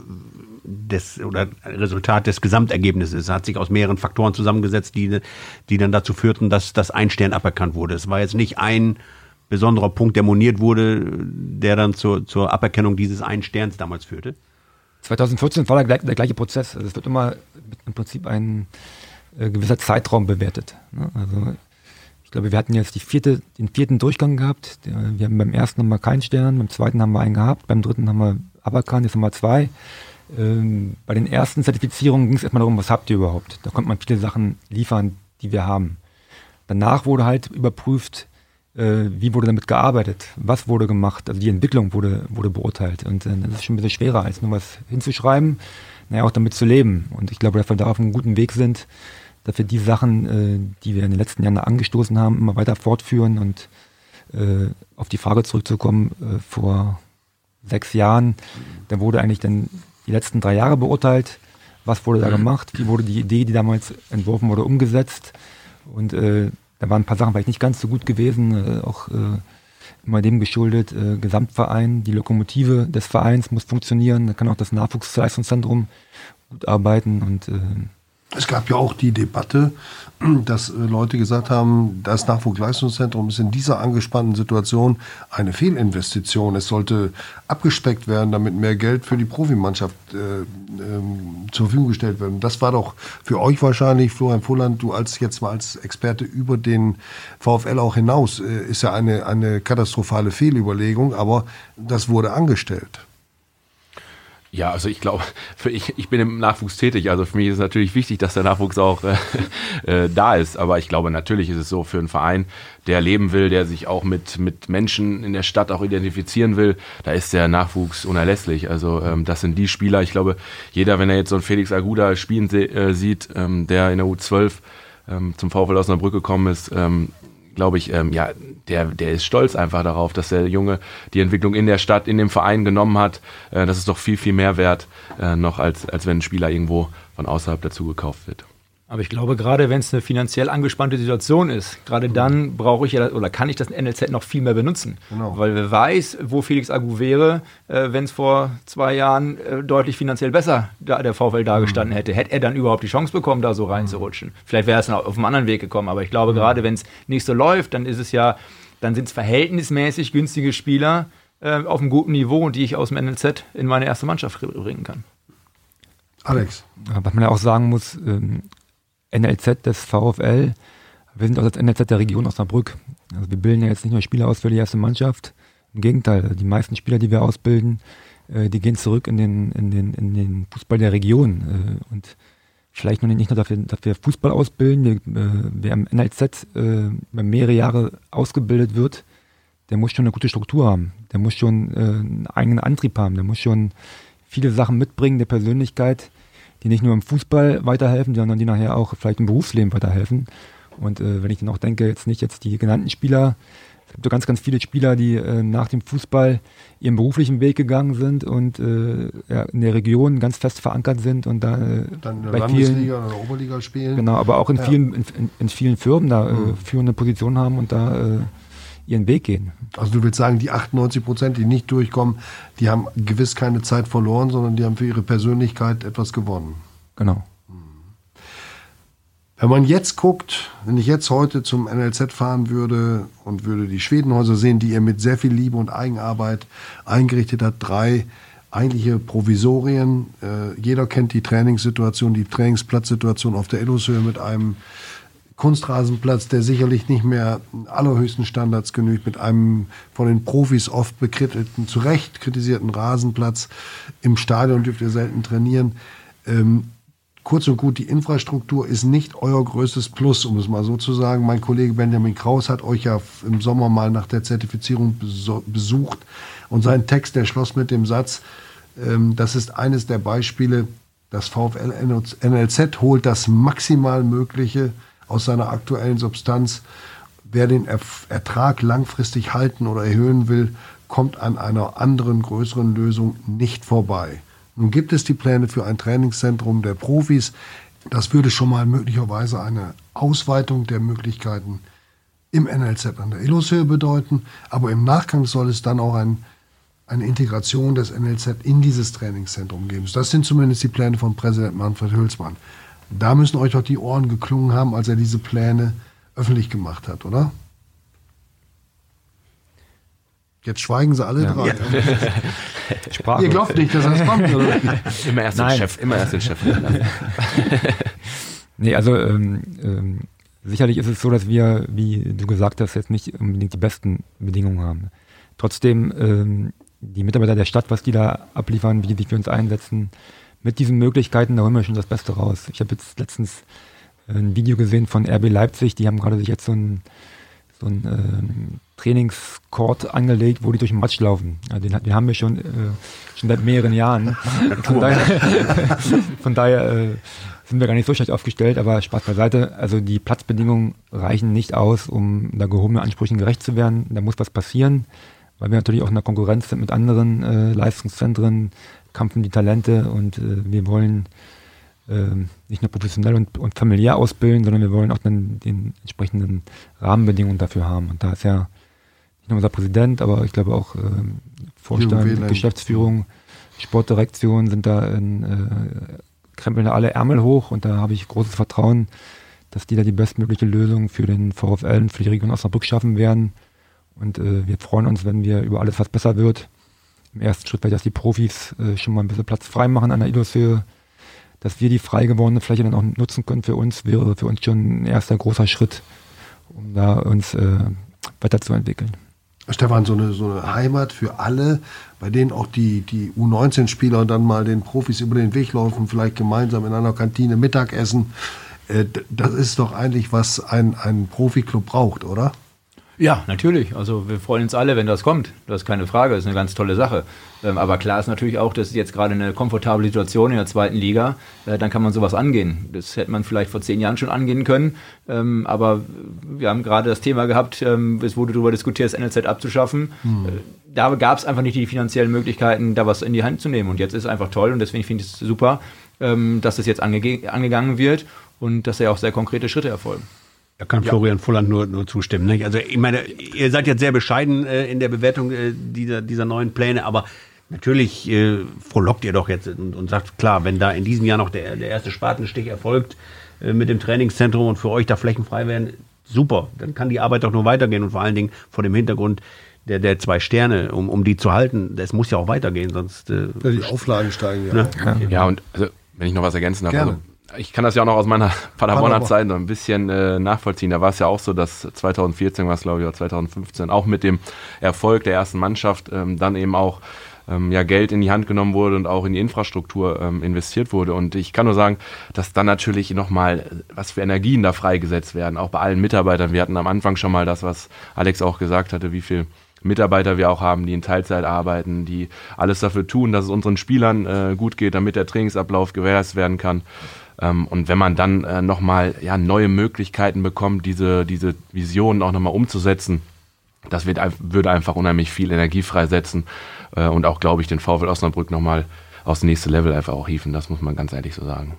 Resultat des Gesamtergebnisses. Es hat sich aus mehreren Faktoren zusammengesetzt, die dann dazu führten, dass das ein Stern aberkannt wurde. Es war jetzt nicht ein besonderer Punkt, der moniert wurde, der dann zur Aberkennung dieses einen Sterns damals führte. 2014 war der gleiche Prozess. Also es wird immer im Prinzip ein gewisser Zeitraum bewertet. Ne? Also ich glaube, wir hatten jetzt den 4. Durchgang gehabt. Wir haben beim ersten haben wir keinen Stern, beim zweiten haben wir einen gehabt, beim dritten haben wir aberkannt, jetzt haben wir 2. Bei den ersten Zertifizierungen ging es erstmal darum, was habt ihr überhaupt? Da konnte man viele Sachen liefern, die wir haben. Danach wurde halt überprüft, wie wurde damit gearbeitet, was wurde gemacht, also die Entwicklung wurde beurteilt. Und das ist schon ein bisschen schwerer, als nur was hinzuschreiben, auch damit zu leben. Und ich glaube, dass wir da auf einem guten Weg sind, dass wir die Sachen, die wir in den letzten Jahren angestoßen haben, immer weiter fortführen. Und auf die Frage zurückzukommen, vor 6 Jahren, da wurde eigentlich dann die letzten 3 Jahre beurteilt, was wurde da gemacht, wie wurde die Idee, die damals entworfen wurde, umgesetzt. Und da waren ein paar Sachen vielleicht nicht ganz so gut gewesen, auch immer dem geschuldet, Gesamtverein, die Lokomotive des Vereins muss funktionieren, da kann auch das Nachwuchsleistungszentrum gut arbeiten und Es gab ja auch die Debatte, dass Leute gesagt haben, das Nachwuchsleistungszentrum ist in dieser angespannten Situation eine Fehlinvestition. Es sollte abgespeckt werden, damit mehr Geld für die Profimannschaft zur Verfügung gestellt wird. Und das war doch für euch wahrscheinlich, Florian Volland, du jetzt mal als Experte über den VfL auch hinaus, ist ja eine katastrophale Fehlüberlegung, aber das wurde angestellt. Ja, also ich glaube, ich bin im Nachwuchs tätig, also für mich ist es natürlich wichtig, dass der Nachwuchs auch da ist, aber ich glaube, natürlich ist es so für einen Verein, der leben will, der sich auch mit Menschen in der Stadt auch identifizieren will, da ist der Nachwuchs unerlässlich, also das sind die Spieler, ich glaube, jeder, wenn er jetzt so einen Felix Aguda spielen sieht, der in der U12 zum VfL Osnabrück gekommen ist, glaube ich, der ist stolz einfach darauf, dass der Junge die Entwicklung in der Stadt, in dem Verein genommen hat. Das ist doch viel, viel mehr wert, noch als wenn ein Spieler irgendwo von außerhalb dazu gekauft wird. Aber ich glaube, gerade wenn es eine finanziell angespannte Situation ist, gerade dann brauche ich oder kann ich das NLZ noch viel mehr benutzen. Genau. Weil wer weiß, wo Felix Agu wäre, wenn es vor 2 Jahren deutlich finanziell besser der VfL dagestanden hätte. Hätte er dann überhaupt die Chance bekommen, da so reinzurutschen? Vielleicht wäre es noch auf einem anderen Weg gekommen. Aber ich glaube, gerade wenn es nicht so läuft, dann sind es verhältnismäßig günstige Spieler auf einem guten Niveau, die ich aus dem NLZ in meine erste Mannschaft bringen kann. Alex. Was man ja auch sagen muss, NLZ des VfL, wir sind auch das NLZ der Region Osnabrück. Also wir bilden ja jetzt nicht nur Spieler aus für die erste Mannschaft. Im Gegenteil, die meisten Spieler, die wir ausbilden, die gehen zurück in den Fußball der Region. Und vielleicht nicht nur dafür, dass wir Fußball ausbilden, wer im NLZ mehrere Jahre ausgebildet wird, der muss schon eine gute Struktur haben. Der muss schon einen eigenen Antrieb haben. Der muss schon viele Sachen mitbringen, der Persönlichkeit, die nicht nur im Fußball weiterhelfen, sondern die nachher auch vielleicht im Berufsleben weiterhelfen. Und wenn ich dann auch denke, jetzt die genannten Spieler, es gibt so ganz, ganz viele Spieler, die nach dem Fußball ihren beruflichen Weg gegangen sind und in der Region ganz fest verankert sind und da dann in der bei Landesliga oder Oberliga spielen. Genau, aber auch in vielen Firmen da führende Positionen haben und da ihren Weg gehen. Also du willst sagen, die 98%, die nicht durchkommen, die haben gewiss keine Zeit verloren, sondern die haben für ihre Persönlichkeit etwas gewonnen. Genau. Wenn man jetzt guckt, wenn ich jetzt heute zum NLZ fahren würde und würde die Schwedenhäuser sehen, die ihr mit sehr viel Liebe und Eigenarbeit eingerichtet habt, 3 eigentliche Provisorien. Jeder kennt die Trainingssituation, die Trainingsplatzsituation auf der Illushöhe mit einem Kunstrasenplatz, der sicherlich nicht mehr allerhöchsten Standards genügt, mit einem von den Profis oft bekrittelten, zu Recht kritisierten Rasenplatz. Im Stadion dürft ihr selten trainieren. Kurz und gut, die Infrastruktur ist nicht euer größtes Plus, um es mal so zu sagen. Mein Kollege Benjamin Kraus hat euch ja im Sommer mal nach der Zertifizierung besucht und sein Text, der schloss mit dem Satz, das ist eines der Beispiele, das VfL NLZ holt das maximal Mögliche aus seiner aktuellen Substanz. Wer den Ertrag langfristig halten oder erhöhen will, kommt an einer anderen, größeren Lösung nicht vorbei. Nun gibt es die Pläne für ein Trainingszentrum der Profis. Das würde schon mal möglicherweise eine Ausweitung der Möglichkeiten im NLZ an der Illushöhe bedeuten. Aber im Nachgang soll es dann auch eine Integration des NLZ in dieses Trainingszentrum geben. Das sind zumindest die Pläne von Präsident Manfred Hülsmann. Da müssen euch doch die Ohren geklungen haben, als er diese Pläne öffentlich gemacht hat, oder? Jetzt schweigen sie alle 3. Ja. Ihr glaubt nicht, dass das kommt, oder? Immer erst den Chef. Nee, also sicherlich ist es so, dass wir, wie du gesagt hast, jetzt nicht unbedingt die besten Bedingungen haben. Trotzdem, die Mitarbeiter der Stadt, was die da abliefern, wie die sich für uns einsetzen, mit diesen Möglichkeiten, da holen wir schon das Beste raus. Ich habe jetzt letztens ein Video gesehen von RB Leipzig, die haben gerade sich jetzt so ein Trainingscourt angelegt, wo die durch den Matsch laufen. Also den haben wir schon seit mehreren Jahren. Von daher sind wir gar nicht so schlecht aufgestellt, aber Spaß beiseite. Also die Platzbedingungen reichen nicht aus, um da gehobenen Ansprüchen gerecht zu werden. Da muss was passieren, weil wir natürlich auch in der Konkurrenz sind mit anderen Leistungszentren, Kampfen die Talente und wir wollen nicht nur professionell und familiär ausbilden, sondern wir wollen auch dann den entsprechenden Rahmenbedingungen dafür haben. Und da ist ja nicht nur unser Präsident, aber ich glaube auch Vorstand, Geschäftsführung, Sportdirektion sind da krempeln da alle Ärmel hoch und da habe ich großes Vertrauen, dass die da die bestmögliche Lösung für den VfL und für die Region Osnabrück schaffen werden. Und wir freuen uns, wenn wir über alles, was besser wird. Im ersten Schritt, weil dass die Profis schon mal ein bisschen Platz frei machen an der Idolshöhe, dass wir die frei gewordene Fläche dann auch nutzen können für uns, wäre für uns schon ein erster großer Schritt, um da uns weiterzuentwickeln. Stefan, so eine Heimat für alle, bei denen auch die U19-Spieler dann mal den Profis über den Weg laufen, vielleicht gemeinsam in einer Kantine Mittagessen. Das ist doch eigentlich, was ein Profiklub braucht, oder? Ja, natürlich. Also wir freuen uns alle, wenn das kommt. Das ist keine Frage, das ist eine ganz tolle Sache. Aber klar ist natürlich auch, das ist jetzt gerade eine komfortable Situation in der 2. Liga. Dann kann man sowas angehen. Das hätte man vielleicht vor 10 Jahren schon angehen können. Aber wir haben gerade das Thema gehabt, es wurde darüber diskutiert, das NLZ abzuschaffen. Da gab es einfach nicht die finanziellen Möglichkeiten, da was in die Hand zu nehmen. Und jetzt ist es einfach toll und deswegen finde ich es super, dass das jetzt angegangen wird und dass ja auch sehr konkrete Schritte erfolgen. Da kann Florian Volland nur zustimmen. Nicht? Also ich meine, ihr seid jetzt sehr bescheiden in der Bewertung dieser neuen Pläne, aber natürlich frohlockt ihr doch jetzt und sagt, klar, wenn da in diesem Jahr noch der erste Spatenstich erfolgt mit dem Trainingszentrum und für euch da Flächen frei werden, super, dann kann die Arbeit doch nur weitergehen und vor allen Dingen vor dem Hintergrund der 2 Sterne, um die zu halten, das muss ja auch weitergehen, sonst... die Auflagen steigen ja. Ne? Ja, und also, wenn ich noch was ergänzen darf, Gerne. also, ich kann das ja auch noch aus meiner Paderborner Zeit so ein bisschen nachvollziehen. Da war es ja auch so, dass 2014 war es, glaube ich, oder 2015, auch mit dem Erfolg der ersten Mannschaft dann eben auch Geld in die Hand genommen wurde und auch in die Infrastruktur investiert wurde. Und ich kann nur sagen, dass dann natürlich nochmal, was für Energien da freigesetzt werden, auch bei allen Mitarbeitern. Wir hatten am Anfang schon mal das, was Alex auch gesagt hatte, wie viel Mitarbeiter wir auch haben, die in Teilzeit arbeiten, die alles dafür tun, dass es unseren Spielern gut geht, damit der Trainingsablauf gewährleistet werden kann. Und wenn man dann nochmal neue Möglichkeiten bekommt, diese Visionen auch nochmal umzusetzen, das würde einfach unheimlich viel Energie freisetzen und auch, glaube ich, den VfL Osnabrück nochmal aufs nächste Level einfach auch hieven. Das muss man ganz ehrlich so sagen.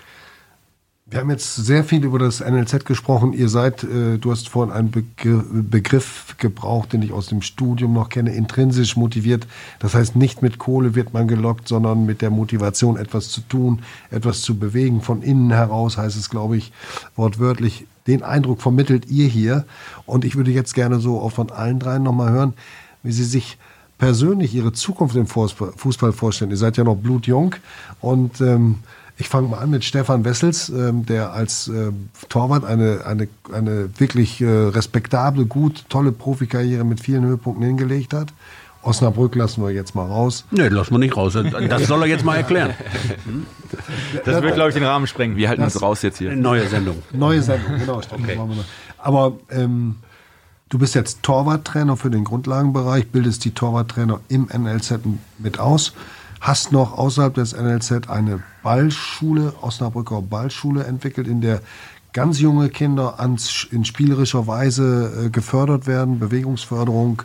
Wir haben jetzt sehr viel über das NLZ gesprochen. Ihr seid, du hast vorhin einen Begriff gebraucht, den ich aus dem Studium noch kenne, intrinsisch motiviert. Das heißt, nicht mit Kohle wird man gelockt, sondern mit der Motivation, etwas zu tun, etwas zu bewegen. Von innen heraus heißt es, glaube ich, wortwörtlich. Den Eindruck vermittelt ihr hier. Und ich würde jetzt gerne so auch von allen dreien nochmal hören, wie sie sich persönlich ihre Zukunft im Fußball vorstellen. Ihr seid ja noch blutjung und ich fange mal an mit Stefan Wessels, der als Torwart eine wirklich respektable, gut, tolle Profikarriere mit vielen Höhepunkten hingelegt hat. Osnabrück lassen wir jetzt mal raus. Nee, lassen wir nicht raus. Das soll er jetzt mal erklären. Das wird, glaube ich, den Rahmen sprengen. Wir halten uns raus jetzt hier. Neue Sendung. Neue Sendung, genau. Okay. Aber du bist jetzt Torwarttrainer für den Grundlagenbereich, bildest die Torwarttrainer im NLZ mit aus. Hast noch außerhalb des NLZ eine Ballschule, Osnabrücker Ballschule entwickelt, in der ganz junge Kinder in spielerischer Weise gefördert werden, Bewegungsförderung.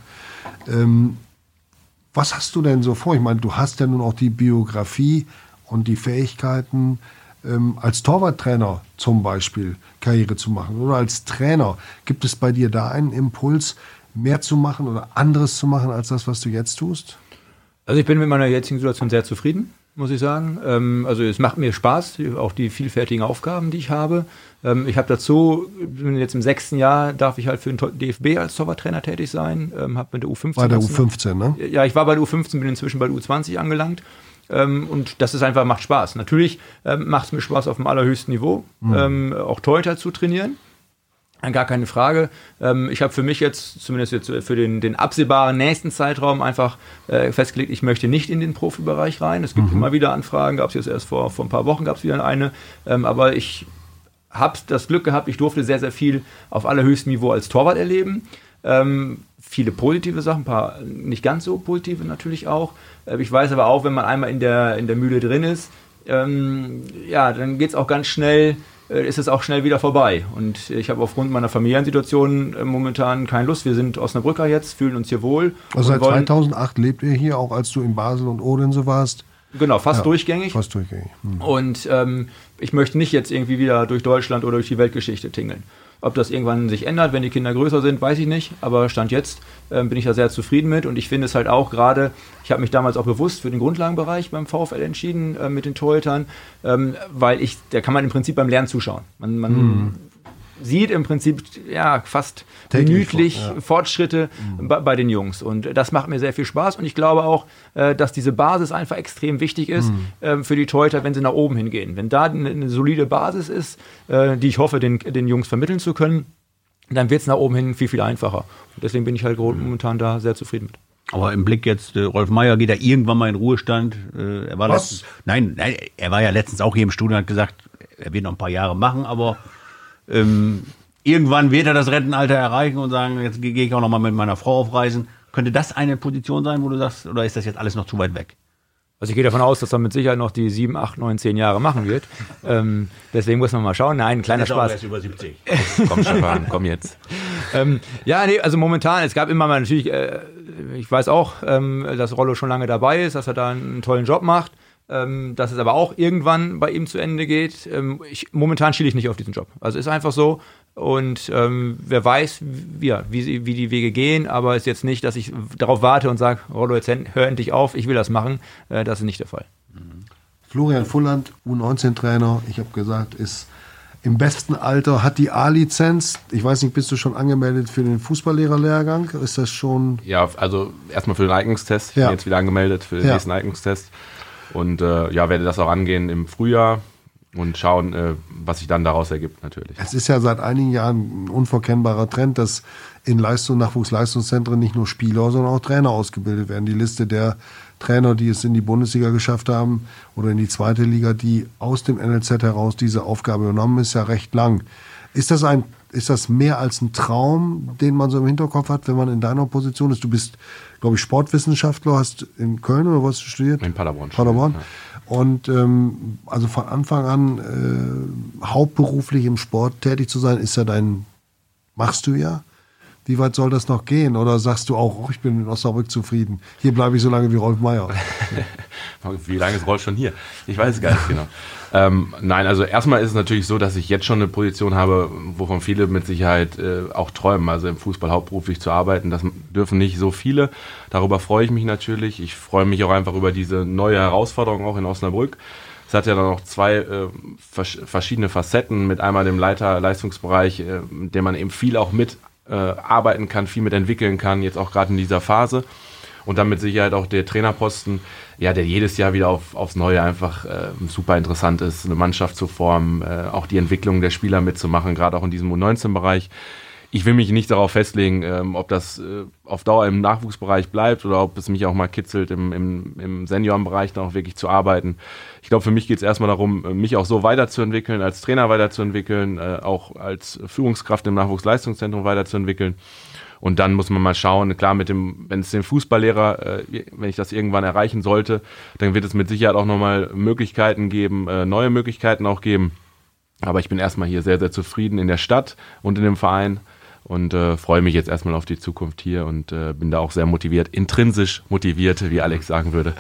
Was hast du denn so vor? Ich meine, du hast ja nun auch die Biografie und die Fähigkeiten, als Torwarttrainer zum Beispiel Karriere zu machen oder als Trainer. Gibt es bei dir da einen Impuls, mehr zu machen oder anderes zu machen als das, was du jetzt tust? Also ich bin mit meiner jetzigen Situation sehr zufrieden, muss ich sagen. Also es macht mir Spaß, auch die vielfältigen Aufgaben, die ich habe. Ich habe dazu, jetzt im 6. Jahr, darf ich halt für den DFB als Torwarttrainer tätig sein. Habe mit der U15. Bei der U15, ne? Ja, ich war bei der U15, bin inzwischen bei der U20 angelangt. Und das ist einfach, macht Spaß. Natürlich macht es mir Spaß auf dem allerhöchsten Niveau, auch Torhüter zu trainieren. Gar keine Frage. Ich habe für mich jetzt, zumindest jetzt für den absehbaren nächsten Zeitraum einfach festgelegt, ich möchte nicht in den Profibereich rein. Es gibt immer wieder Anfragen, gab es jetzt erst vor ein paar Wochen, gab es wieder eine. Aber ich habe das Glück gehabt, ich durfte sehr, sehr viel auf allerhöchstem Niveau als Torwart erleben. Viele positive Sachen, ein paar nicht ganz so positive natürlich auch. Ich weiß aber auch, wenn man einmal in der Mühle drin ist, dann geht es auch ganz schnell, ist es auch schnell wieder vorbei. Und ich habe aufgrund meiner Familiensituation momentan keine Lust. Wir sind Osnabrücker jetzt, fühlen uns hier wohl. Also seit 2008 lebt ihr hier, auch als du in Basel und Odense warst? Genau, fast durchgängig. Fast durchgängig. Und ich möchte nicht jetzt irgendwie wieder durch Deutschland oder durch die Weltgeschichte tingeln. Ob das irgendwann sich ändert, wenn die Kinder größer sind, weiß ich nicht. Aber Stand jetzt bin ich da sehr zufrieden mit. Und ich finde es halt auch gerade, ich habe mich damals auch bewusst für den Grundlagenbereich beim VfL entschieden mit den Torhütern, weil da kann man im Prinzip beim Lernen zuschauen. Man sieht im Prinzip fast minütlich Fortschritte bei den Jungs. Und das macht mir sehr viel Spaß. Und ich glaube auch, dass diese Basis einfach extrem wichtig ist für die Torhüter, wenn sie nach oben hingehen. Wenn da eine solide Basis ist, die ich hoffe, den Jungs vermitteln zu können, dann wird es nach oben hin viel, viel einfacher. Und deswegen bin ich halt momentan da sehr zufrieden mit. Aber im Blick jetzt, Rolf Meier geht ja irgendwann mal in Ruhestand. Er war er war ja letztens auch hier im Studio und hat gesagt, er wird noch ein paar Jahre machen, aber irgendwann wird er das Rentenalter erreichen und sagen, jetzt gehe ich auch noch mal mit meiner Frau auf Reisen. Könnte das eine Position sein, wo du sagst, oder ist das jetzt alles noch zu weit weg? Also ich gehe davon aus, dass er mit Sicherheit noch die 7, 8, 9, 10 Jahre machen wird. Deswegen muss man mal schauen. Nein, kleiner Spaß. Er ist über 70. Komm, Stefan, komm jetzt. Also momentan, es gab immer mal natürlich, ich weiß auch, dass Rollo schon lange dabei ist, dass er da einen tollen Job macht. Dass es aber auch irgendwann bei ihm zu Ende geht. Momentan schiele ich nicht auf diesen Job. Also ist einfach so. Und wer weiß, wie die Wege gehen, aber ist jetzt nicht, dass ich darauf warte und sage, Rollo, jetzt hör endlich auf, ich will das machen. Das ist nicht der Fall. Florian Fulland, U19-Trainer, ich habe gesagt, ist im besten Alter, hat die A-Lizenz. Ich weiß nicht, bist du schon angemeldet für den Fußballlehrerlehrgang? Ist das schon? Ja, also erstmal für den Eignungstest. Ich bin jetzt wieder angemeldet für den nächsten Eignungstest. Und werde das auch angehen im Frühjahr und schauen, was sich dann daraus ergibt natürlich. Es ist ja seit einigen Jahren ein unverkennbarer Trend, dass in Nachwuchsleistungszentren nicht nur Spieler, sondern auch Trainer ausgebildet werden. Die Liste der Trainer, die es in die Bundesliga geschafft haben oder in die zweite Liga, die aus dem NLZ heraus diese Aufgabe übernommen, ist ja recht lang. Ist das mehr als ein Traum, den man so im Hinterkopf hat, wenn man in deiner Position ist? Du bist, glaube ich, Sportwissenschaftler, hast in Köln oder wo hast du studiert? In Paderborn. Ja. Und also von Anfang an hauptberuflich im Sport tätig zu sein, machst du ja. Wie weit soll das noch gehen? Oder sagst du auch, ich bin in Osnabrück zufrieden, hier bleibe ich so lange wie Rolf Meier? Wie lange ist Rolf schon hier? Ich weiß es gar nicht genau. Nein, also erstmal ist es natürlich so, dass ich jetzt schon eine Position habe, wovon viele mit Sicherheit auch träumen, also im Fußball hauptberuflich zu arbeiten. Das dürfen nicht so viele. Darüber freue ich mich natürlich. Ich freue mich auch einfach über diese neue Herausforderung auch in Osnabrück. Es hat ja dann noch zwei verschiedene Facetten, mit einmal dem Leistungsbereich, mit dem man eben viel auch mit arbeiten kann, viel mit entwickeln kann, jetzt auch gerade in dieser Phase. Und dann mit Sicherheit auch der Trainerposten, der jedes Jahr wieder aufs Neue einfach super interessant ist, eine Mannschaft zu formen, auch die Entwicklung der Spieler mitzumachen, gerade auch in diesem U19-Bereich. Ich will mich nicht darauf festlegen, ob das auf Dauer im Nachwuchsbereich bleibt oder ob es mich auch mal kitzelt, im Seniorenbereich dann auch wirklich zu arbeiten. Ich glaube, für mich geht es erstmal darum, mich auch so weiterzuentwickeln, als Trainer weiterzuentwickeln, auch als Führungskraft im Nachwuchsleistungszentrum weiterzuentwickeln. Und dann muss man mal schauen, klar, wenn es den Fußballlehrer, wenn ich das irgendwann erreichen sollte, dann wird es mit Sicherheit auch nochmal Möglichkeiten geben, neue Möglichkeiten auch geben. Aber ich bin erstmal hier sehr, sehr zufrieden in der Stadt und in dem Verein und freue mich jetzt erstmal auf die Zukunft hier und bin da auch sehr motiviert, intrinsisch motiviert, wie Alex sagen würde,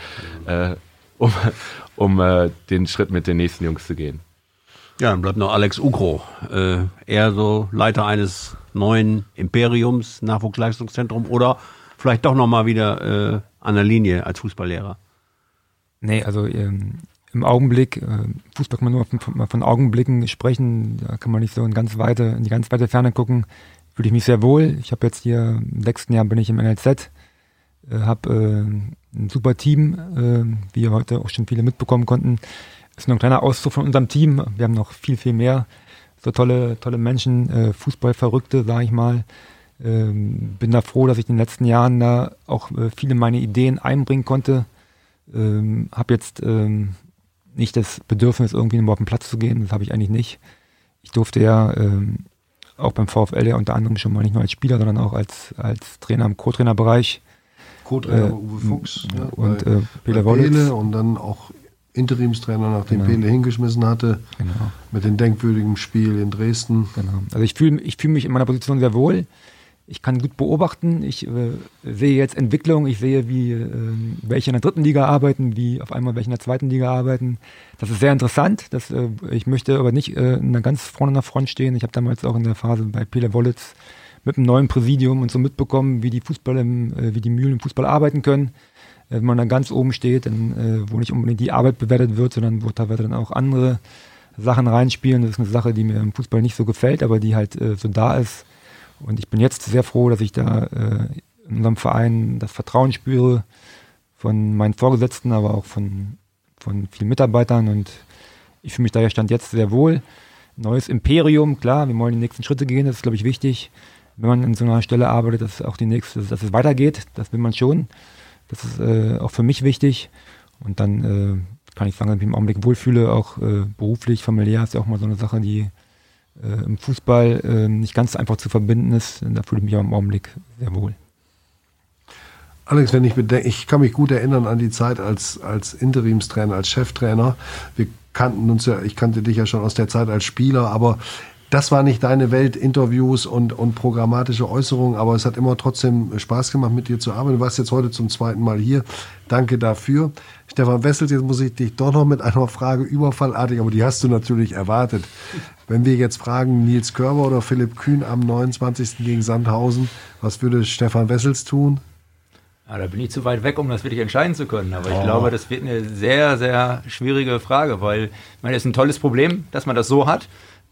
um den Schritt mit den nächsten Jungs zu gehen. Ja, dann bleibt noch Alex Ukro. Er so Leiter eines neuen Imperiums, Nachwuchsleistungszentrum oder vielleicht doch nochmal wieder an der Linie als Fußballlehrer? Nee, also im Augenblick, Fußball kann man nur von Augenblicken sprechen, da kann man nicht so in die ganz weite Ferne gucken, fühle ich mich sehr wohl. Ich habe jetzt hier im 6. Jahr bin ich im NLZ, habe ein super Team, wie heute auch schon viele mitbekommen konnten. Ist nur ein kleiner Auszug von unserem Team. Wir haben noch viel, viel mehr. So tolle Menschen, Fußballverrückte, sage ich mal. Bin da froh, dass ich in den letzten Jahren da auch viele meiner Ideen einbringen konnte. Habe jetzt nicht das Bedürfnis, irgendwie auf den Platz zu gehen. Das habe ich eigentlich nicht. Ich durfte ja auch beim VfL ja unter anderem schon mal nicht nur als Spieler, sondern auch als Trainer im Co-Trainerbereich. Co-Trainer Uwe Fuchs und Peter Wollitz. Und dann auch Interimstrainer, nachdem Pele hingeschmissen hatte, mit dem denkwürdigen Spiel in Dresden. Genau. Also ich fühle mich in meiner Position sehr wohl. ich kann gut beobachten, ich sehe jetzt Entwicklung, ich sehe, wie welche in der 3. Liga arbeiten, wie auf einmal welche in der 2. Liga arbeiten. Das ist sehr interessant. Ich möchte aber nicht ganz vorne an der Front stehen. Ich habe damals auch in der Phase bei Pele Wollitz mit einem neuen Präsidium und so mitbekommen, wie die Mühlen im Fußball arbeiten können. Wenn man da ganz oben steht, dann, wo nicht unbedingt die Arbeit bewertet wird, sondern wo teilweise dann auch andere Sachen reinspielen. Das ist eine Sache, die mir im Fußball nicht so gefällt, aber die halt so da ist. Und ich bin jetzt sehr froh, dass ich da in unserem Verein das Vertrauen spüre von meinen Vorgesetzten, aber auch von vielen Mitarbeitern. Und ich fühle mich daher Stand jetzt sehr wohl. Neues Imperium, klar, wir wollen die nächsten Schritte gehen, das ist, glaube ich, wichtig. Wenn man in so einer Stelle arbeitet, dass es weitergeht, das will man schon. Das ist auch für mich wichtig. Und dann kann ich sagen, dass ich mich im Augenblick wohlfühle, auch beruflich, familiär ist ja auch mal so eine Sache, die im Fußball nicht ganz einfach zu verbinden ist. Da fühle ich mich auch im Augenblick sehr wohl. Alex, wenn ich bedenke, ich kann mich gut erinnern an die Zeit als Interimstrainer, als Cheftrainer. Wir kannten uns ja, ich kannte dich ja schon aus der Zeit als Spieler, aber das war nicht deine Welt, Interviews und programmatische Äußerungen, aber es hat immer trotzdem Spaß gemacht, mit dir zu arbeiten. Du warst jetzt heute zum 2. Mal hier. Danke dafür. Stefan Wessels, jetzt muss ich dich doch noch mit einer Frage überfallartig, aber die hast du natürlich erwartet. Wenn wir jetzt fragen, Nils Körber oder Philipp Kühn am 29. gegen Sandhausen, was würde Stefan Wessels tun? Ja, da bin ich zu weit weg, um das wirklich entscheiden zu können. Aber ich glaube, das wird eine sehr, sehr schwierige Frage, weil, ich meine, das ist ein tolles Problem, dass man das so hat.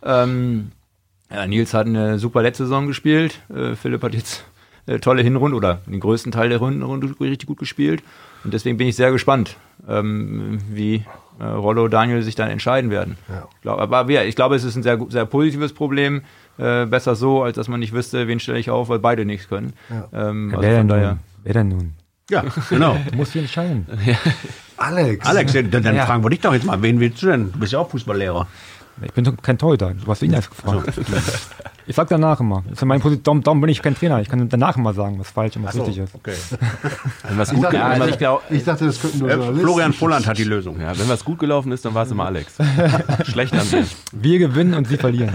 Nils hat eine super letzte Saison gespielt. Philipp hat jetzt eine tolle Hinrunde oder den größten Teil der Hinrunde richtig gut gespielt. Und deswegen bin ich sehr gespannt, wie Rollo und Daniel sich dann entscheiden werden. Ja. Ich glaube, es ist ein sehr, sehr positives Problem. Besser so, als dass man nicht wüsste, wen stelle ich auf, weil beide nichts können. Ja. Wer denn nun? Ja, genau. Du musst dich entscheiden. Ja. Alex, dann fragen wir dich doch jetzt mal, wen willst du denn? Du bist ja auch Fußballlehrer. Ich bin kein Torhüter. Du hast ihn erst gefragt. Ich sag danach immer. Das ist meine Position. Darum bin ich kein Trainer. Ich kann danach immer sagen, was falsch und was richtig ist. Okay. Ich dachte, das könnten nur Journalisten. Florian Volland hat die Lösung. Ja, wenn was gut gelaufen ist, dann war es immer Alex. Schlecht an mir. Wir gewinnen und sie verlieren.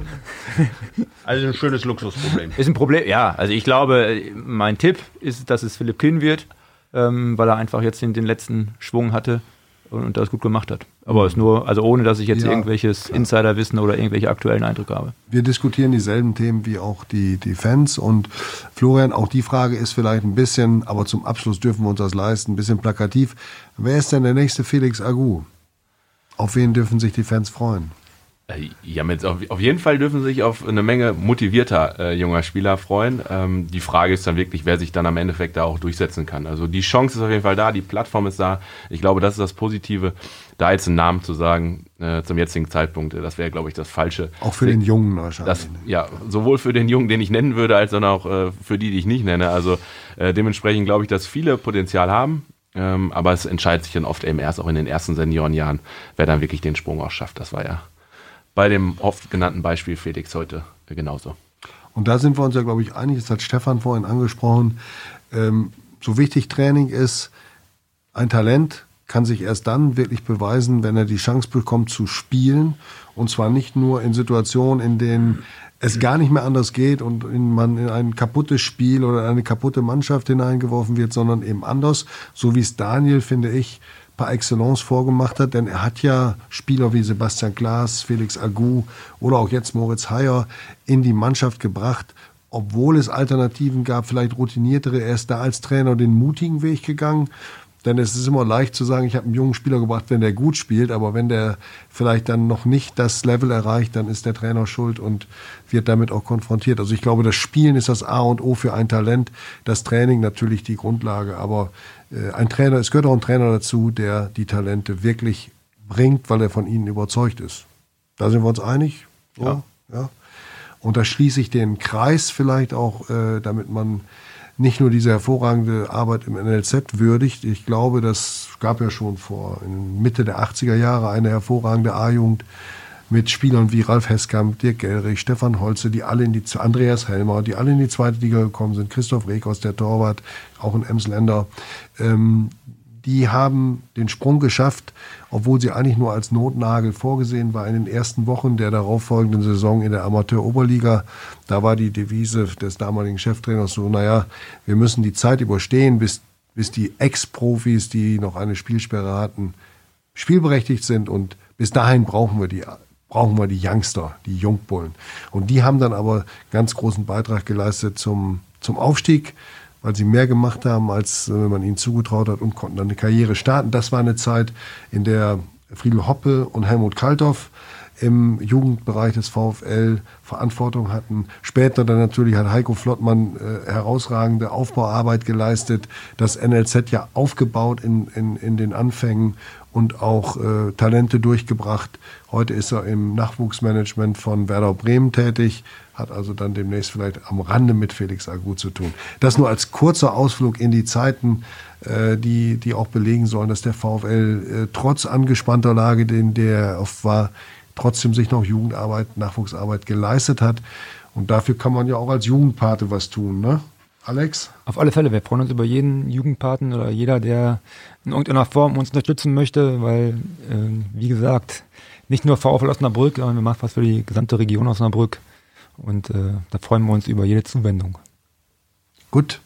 Also ein schönes Luxusproblem. Ist ein Problem, ja. Also ich glaube, mein Tipp ist, dass es Philipp Kühn wird, weil er einfach jetzt den letzten Schwung hatte und das gut gemacht hat. Aber es nur, also ohne, dass ich jetzt irgendwelches Insiderwissen oder irgendwelche aktuellen Eindrücke habe. Wir diskutieren dieselben Themen wie auch die Fans und Florian, auch die Frage ist vielleicht ein bisschen, aber zum Abschluss dürfen wir uns das leisten, ein bisschen plakativ. Wer ist denn der nächste Felix Agu? Auf wen dürfen sich die Fans freuen? Ja, auf jeden Fall dürfen sich auf eine Menge motivierter junger Spieler freuen. Die Frage ist dann wirklich, wer sich dann am Endeffekt da auch durchsetzen kann. Also die Chance ist auf jeden Fall da, die Plattform ist da. Ich glaube, das ist das Positive. Da jetzt einen Namen zu sagen zum jetzigen Zeitpunkt, das wäre, glaube ich, das Falsche. Auch für den Jungen wahrscheinlich. Ja, sowohl für den Jungen, den ich nennen würde, als auch für die ich nicht nenne. Also dementsprechend glaube ich, dass viele Potenzial haben. Aber es entscheidet sich dann oft eben erst auch in den ersten Seniorenjahren, wer dann wirklich den Sprung auch schafft. Das war ja bei dem oft genannten Beispiel Felix heute genauso. Und da sind wir uns ja, glaube ich, einig, das hat Stefan vorhin angesprochen, so wichtig Training ist, ein Talent kann sich erst dann wirklich beweisen, wenn er die Chance bekommt zu spielen. Und zwar nicht nur in Situationen, in denen es gar nicht mehr anders geht und man in ein kaputtes Spiel oder eine kaputte Mannschaft hineingeworfen wird, sondern eben anders. So wie es Daniel, finde ich, par excellence vorgemacht hat, denn er hat ja Spieler wie Sebastian Klaas, Felix Agu oder auch jetzt Moritz Heyer in die Mannschaft gebracht, obwohl es Alternativen gab, vielleicht routiniertere. Er ist da als Trainer den mutigen Weg gegangen, denn es ist immer leicht zu sagen, ich habe einen jungen Spieler gebracht, wenn der gut spielt, aber wenn der vielleicht dann noch nicht das Level erreicht, dann ist der Trainer schuld und wird damit auch konfrontiert. Also ich glaube, das Spielen ist das A und O für ein Talent, das Training natürlich die Grundlage, aber es gehört auch ein Trainer dazu, der die Talente wirklich bringt, weil er von ihnen überzeugt ist. Da sind wir uns einig? So, ja. Und da schließe ich den Kreis vielleicht auch, damit man nicht nur diese hervorragende Arbeit im NLZ würdigt. Ich glaube, das gab ja schon in Mitte der 80er Jahre eine hervorragende A-Jugend mit Spielern wie Ralf Heskamp, Dirk Gellrich, Stefan Holze, Andreas Helmer, die alle in die zweite Liga gekommen sind, Christoph Rekos, der Torwart, auch in Emsländer. die haben den Sprung geschafft, obwohl sie eigentlich nur als Notnagel vorgesehen war in den ersten Wochen der darauffolgenden Saison in der Amateur-Oberliga. Da war die Devise des damaligen Cheftrainers so, naja, wir müssen die Zeit überstehen, bis die Ex-Profis, die noch eine Spielsperre hatten, spielberechtigt sind, und bis dahin brauchen wir die Youngster, die Jungbullen. Und die haben dann aber ganz großen Beitrag geleistet zum Aufstieg, weil sie mehr gemacht haben, als man ihnen zugetraut hat, und konnten dann eine Karriere starten. Das war eine Zeit, in der Friedel Hoppe und Helmut Kalthoff im Jugendbereich des VfL Verantwortung hatten. Später dann natürlich hat Heiko Flottmann herausragende Aufbauarbeit geleistet, das NLZ ja aufgebaut in den Anfängen und auch Talente durchgebracht. Heute ist er im Nachwuchsmanagement von Werder Bremen tätig, hat also dann demnächst vielleicht am Rande mit Felix Agut zu tun. Das nur als kurzer Ausflug in die Zeiten, die auch belegen sollen, dass der VfL trotz angespannter Lage, in der er oft war, trotzdem sich noch Jugendarbeit, Nachwuchsarbeit geleistet hat. Und dafür kann man ja auch als Jugendpate was tun, ne? Alex? Auf alle Fälle, wir freuen uns über jeden Jugendpaten oder jeder, der in irgendeiner Form uns unterstützen möchte, weil, wie gesagt, nicht nur VfL Osnabrück, sondern wir machen was für die gesamte Region Osnabrück. Und da freuen wir uns über jede Zuwendung. Gut.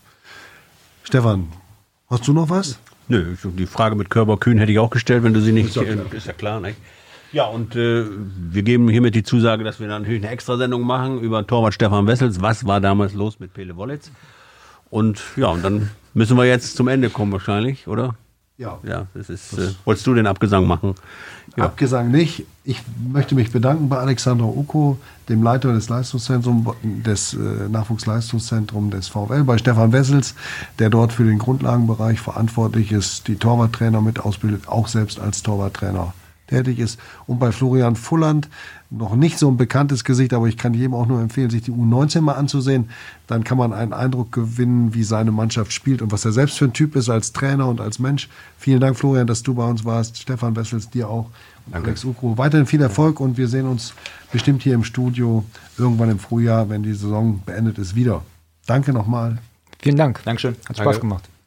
Stefan, hast du noch was? Nö, die Frage mit Körber Kühn hätte ich auch gestellt, wenn du sie nicht... Ist ja klar, nicht? Ja, und wir geben hiermit die Zusage, dass wir dann natürlich eine Extrasendung machen über Torwart Stefan Wessels. Was war damals los mit Pele Wollitz? Und ja, und dann müssen wir jetzt zum Ende kommen wahrscheinlich, oder? Ja. Ja, das ist. Wolltest du den Abgesang machen? Ja. Abgesang nicht. Ich möchte mich bedanken bei Alexander Uko, dem Leiter des Leistungszentrums, des Nachwuchsleistungszentrums des VfL, bei Stefan Wessels, der dort für den Grundlagenbereich verantwortlich ist, die Torwarttrainer mit ausbildet, auch selbst als Torwarttrainer tätig ist, und bei Florian Fulland, noch nicht so ein bekanntes Gesicht, aber ich kann jedem auch nur empfehlen, sich die U19 mal anzusehen. Dann kann man einen Eindruck gewinnen, wie seine Mannschaft spielt und was er selbst für ein Typ ist als Trainer und als Mensch. Vielen Dank, Florian, dass du bei uns warst. Stefan Wessels, dir auch. Danke. Alex Ukro, weiterhin viel Erfolg, und wir sehen uns bestimmt hier im Studio irgendwann im Frühjahr, wenn die Saison beendet ist, wieder. Danke nochmal. Vielen Dank. Dankeschön. Hat Spaß gemacht.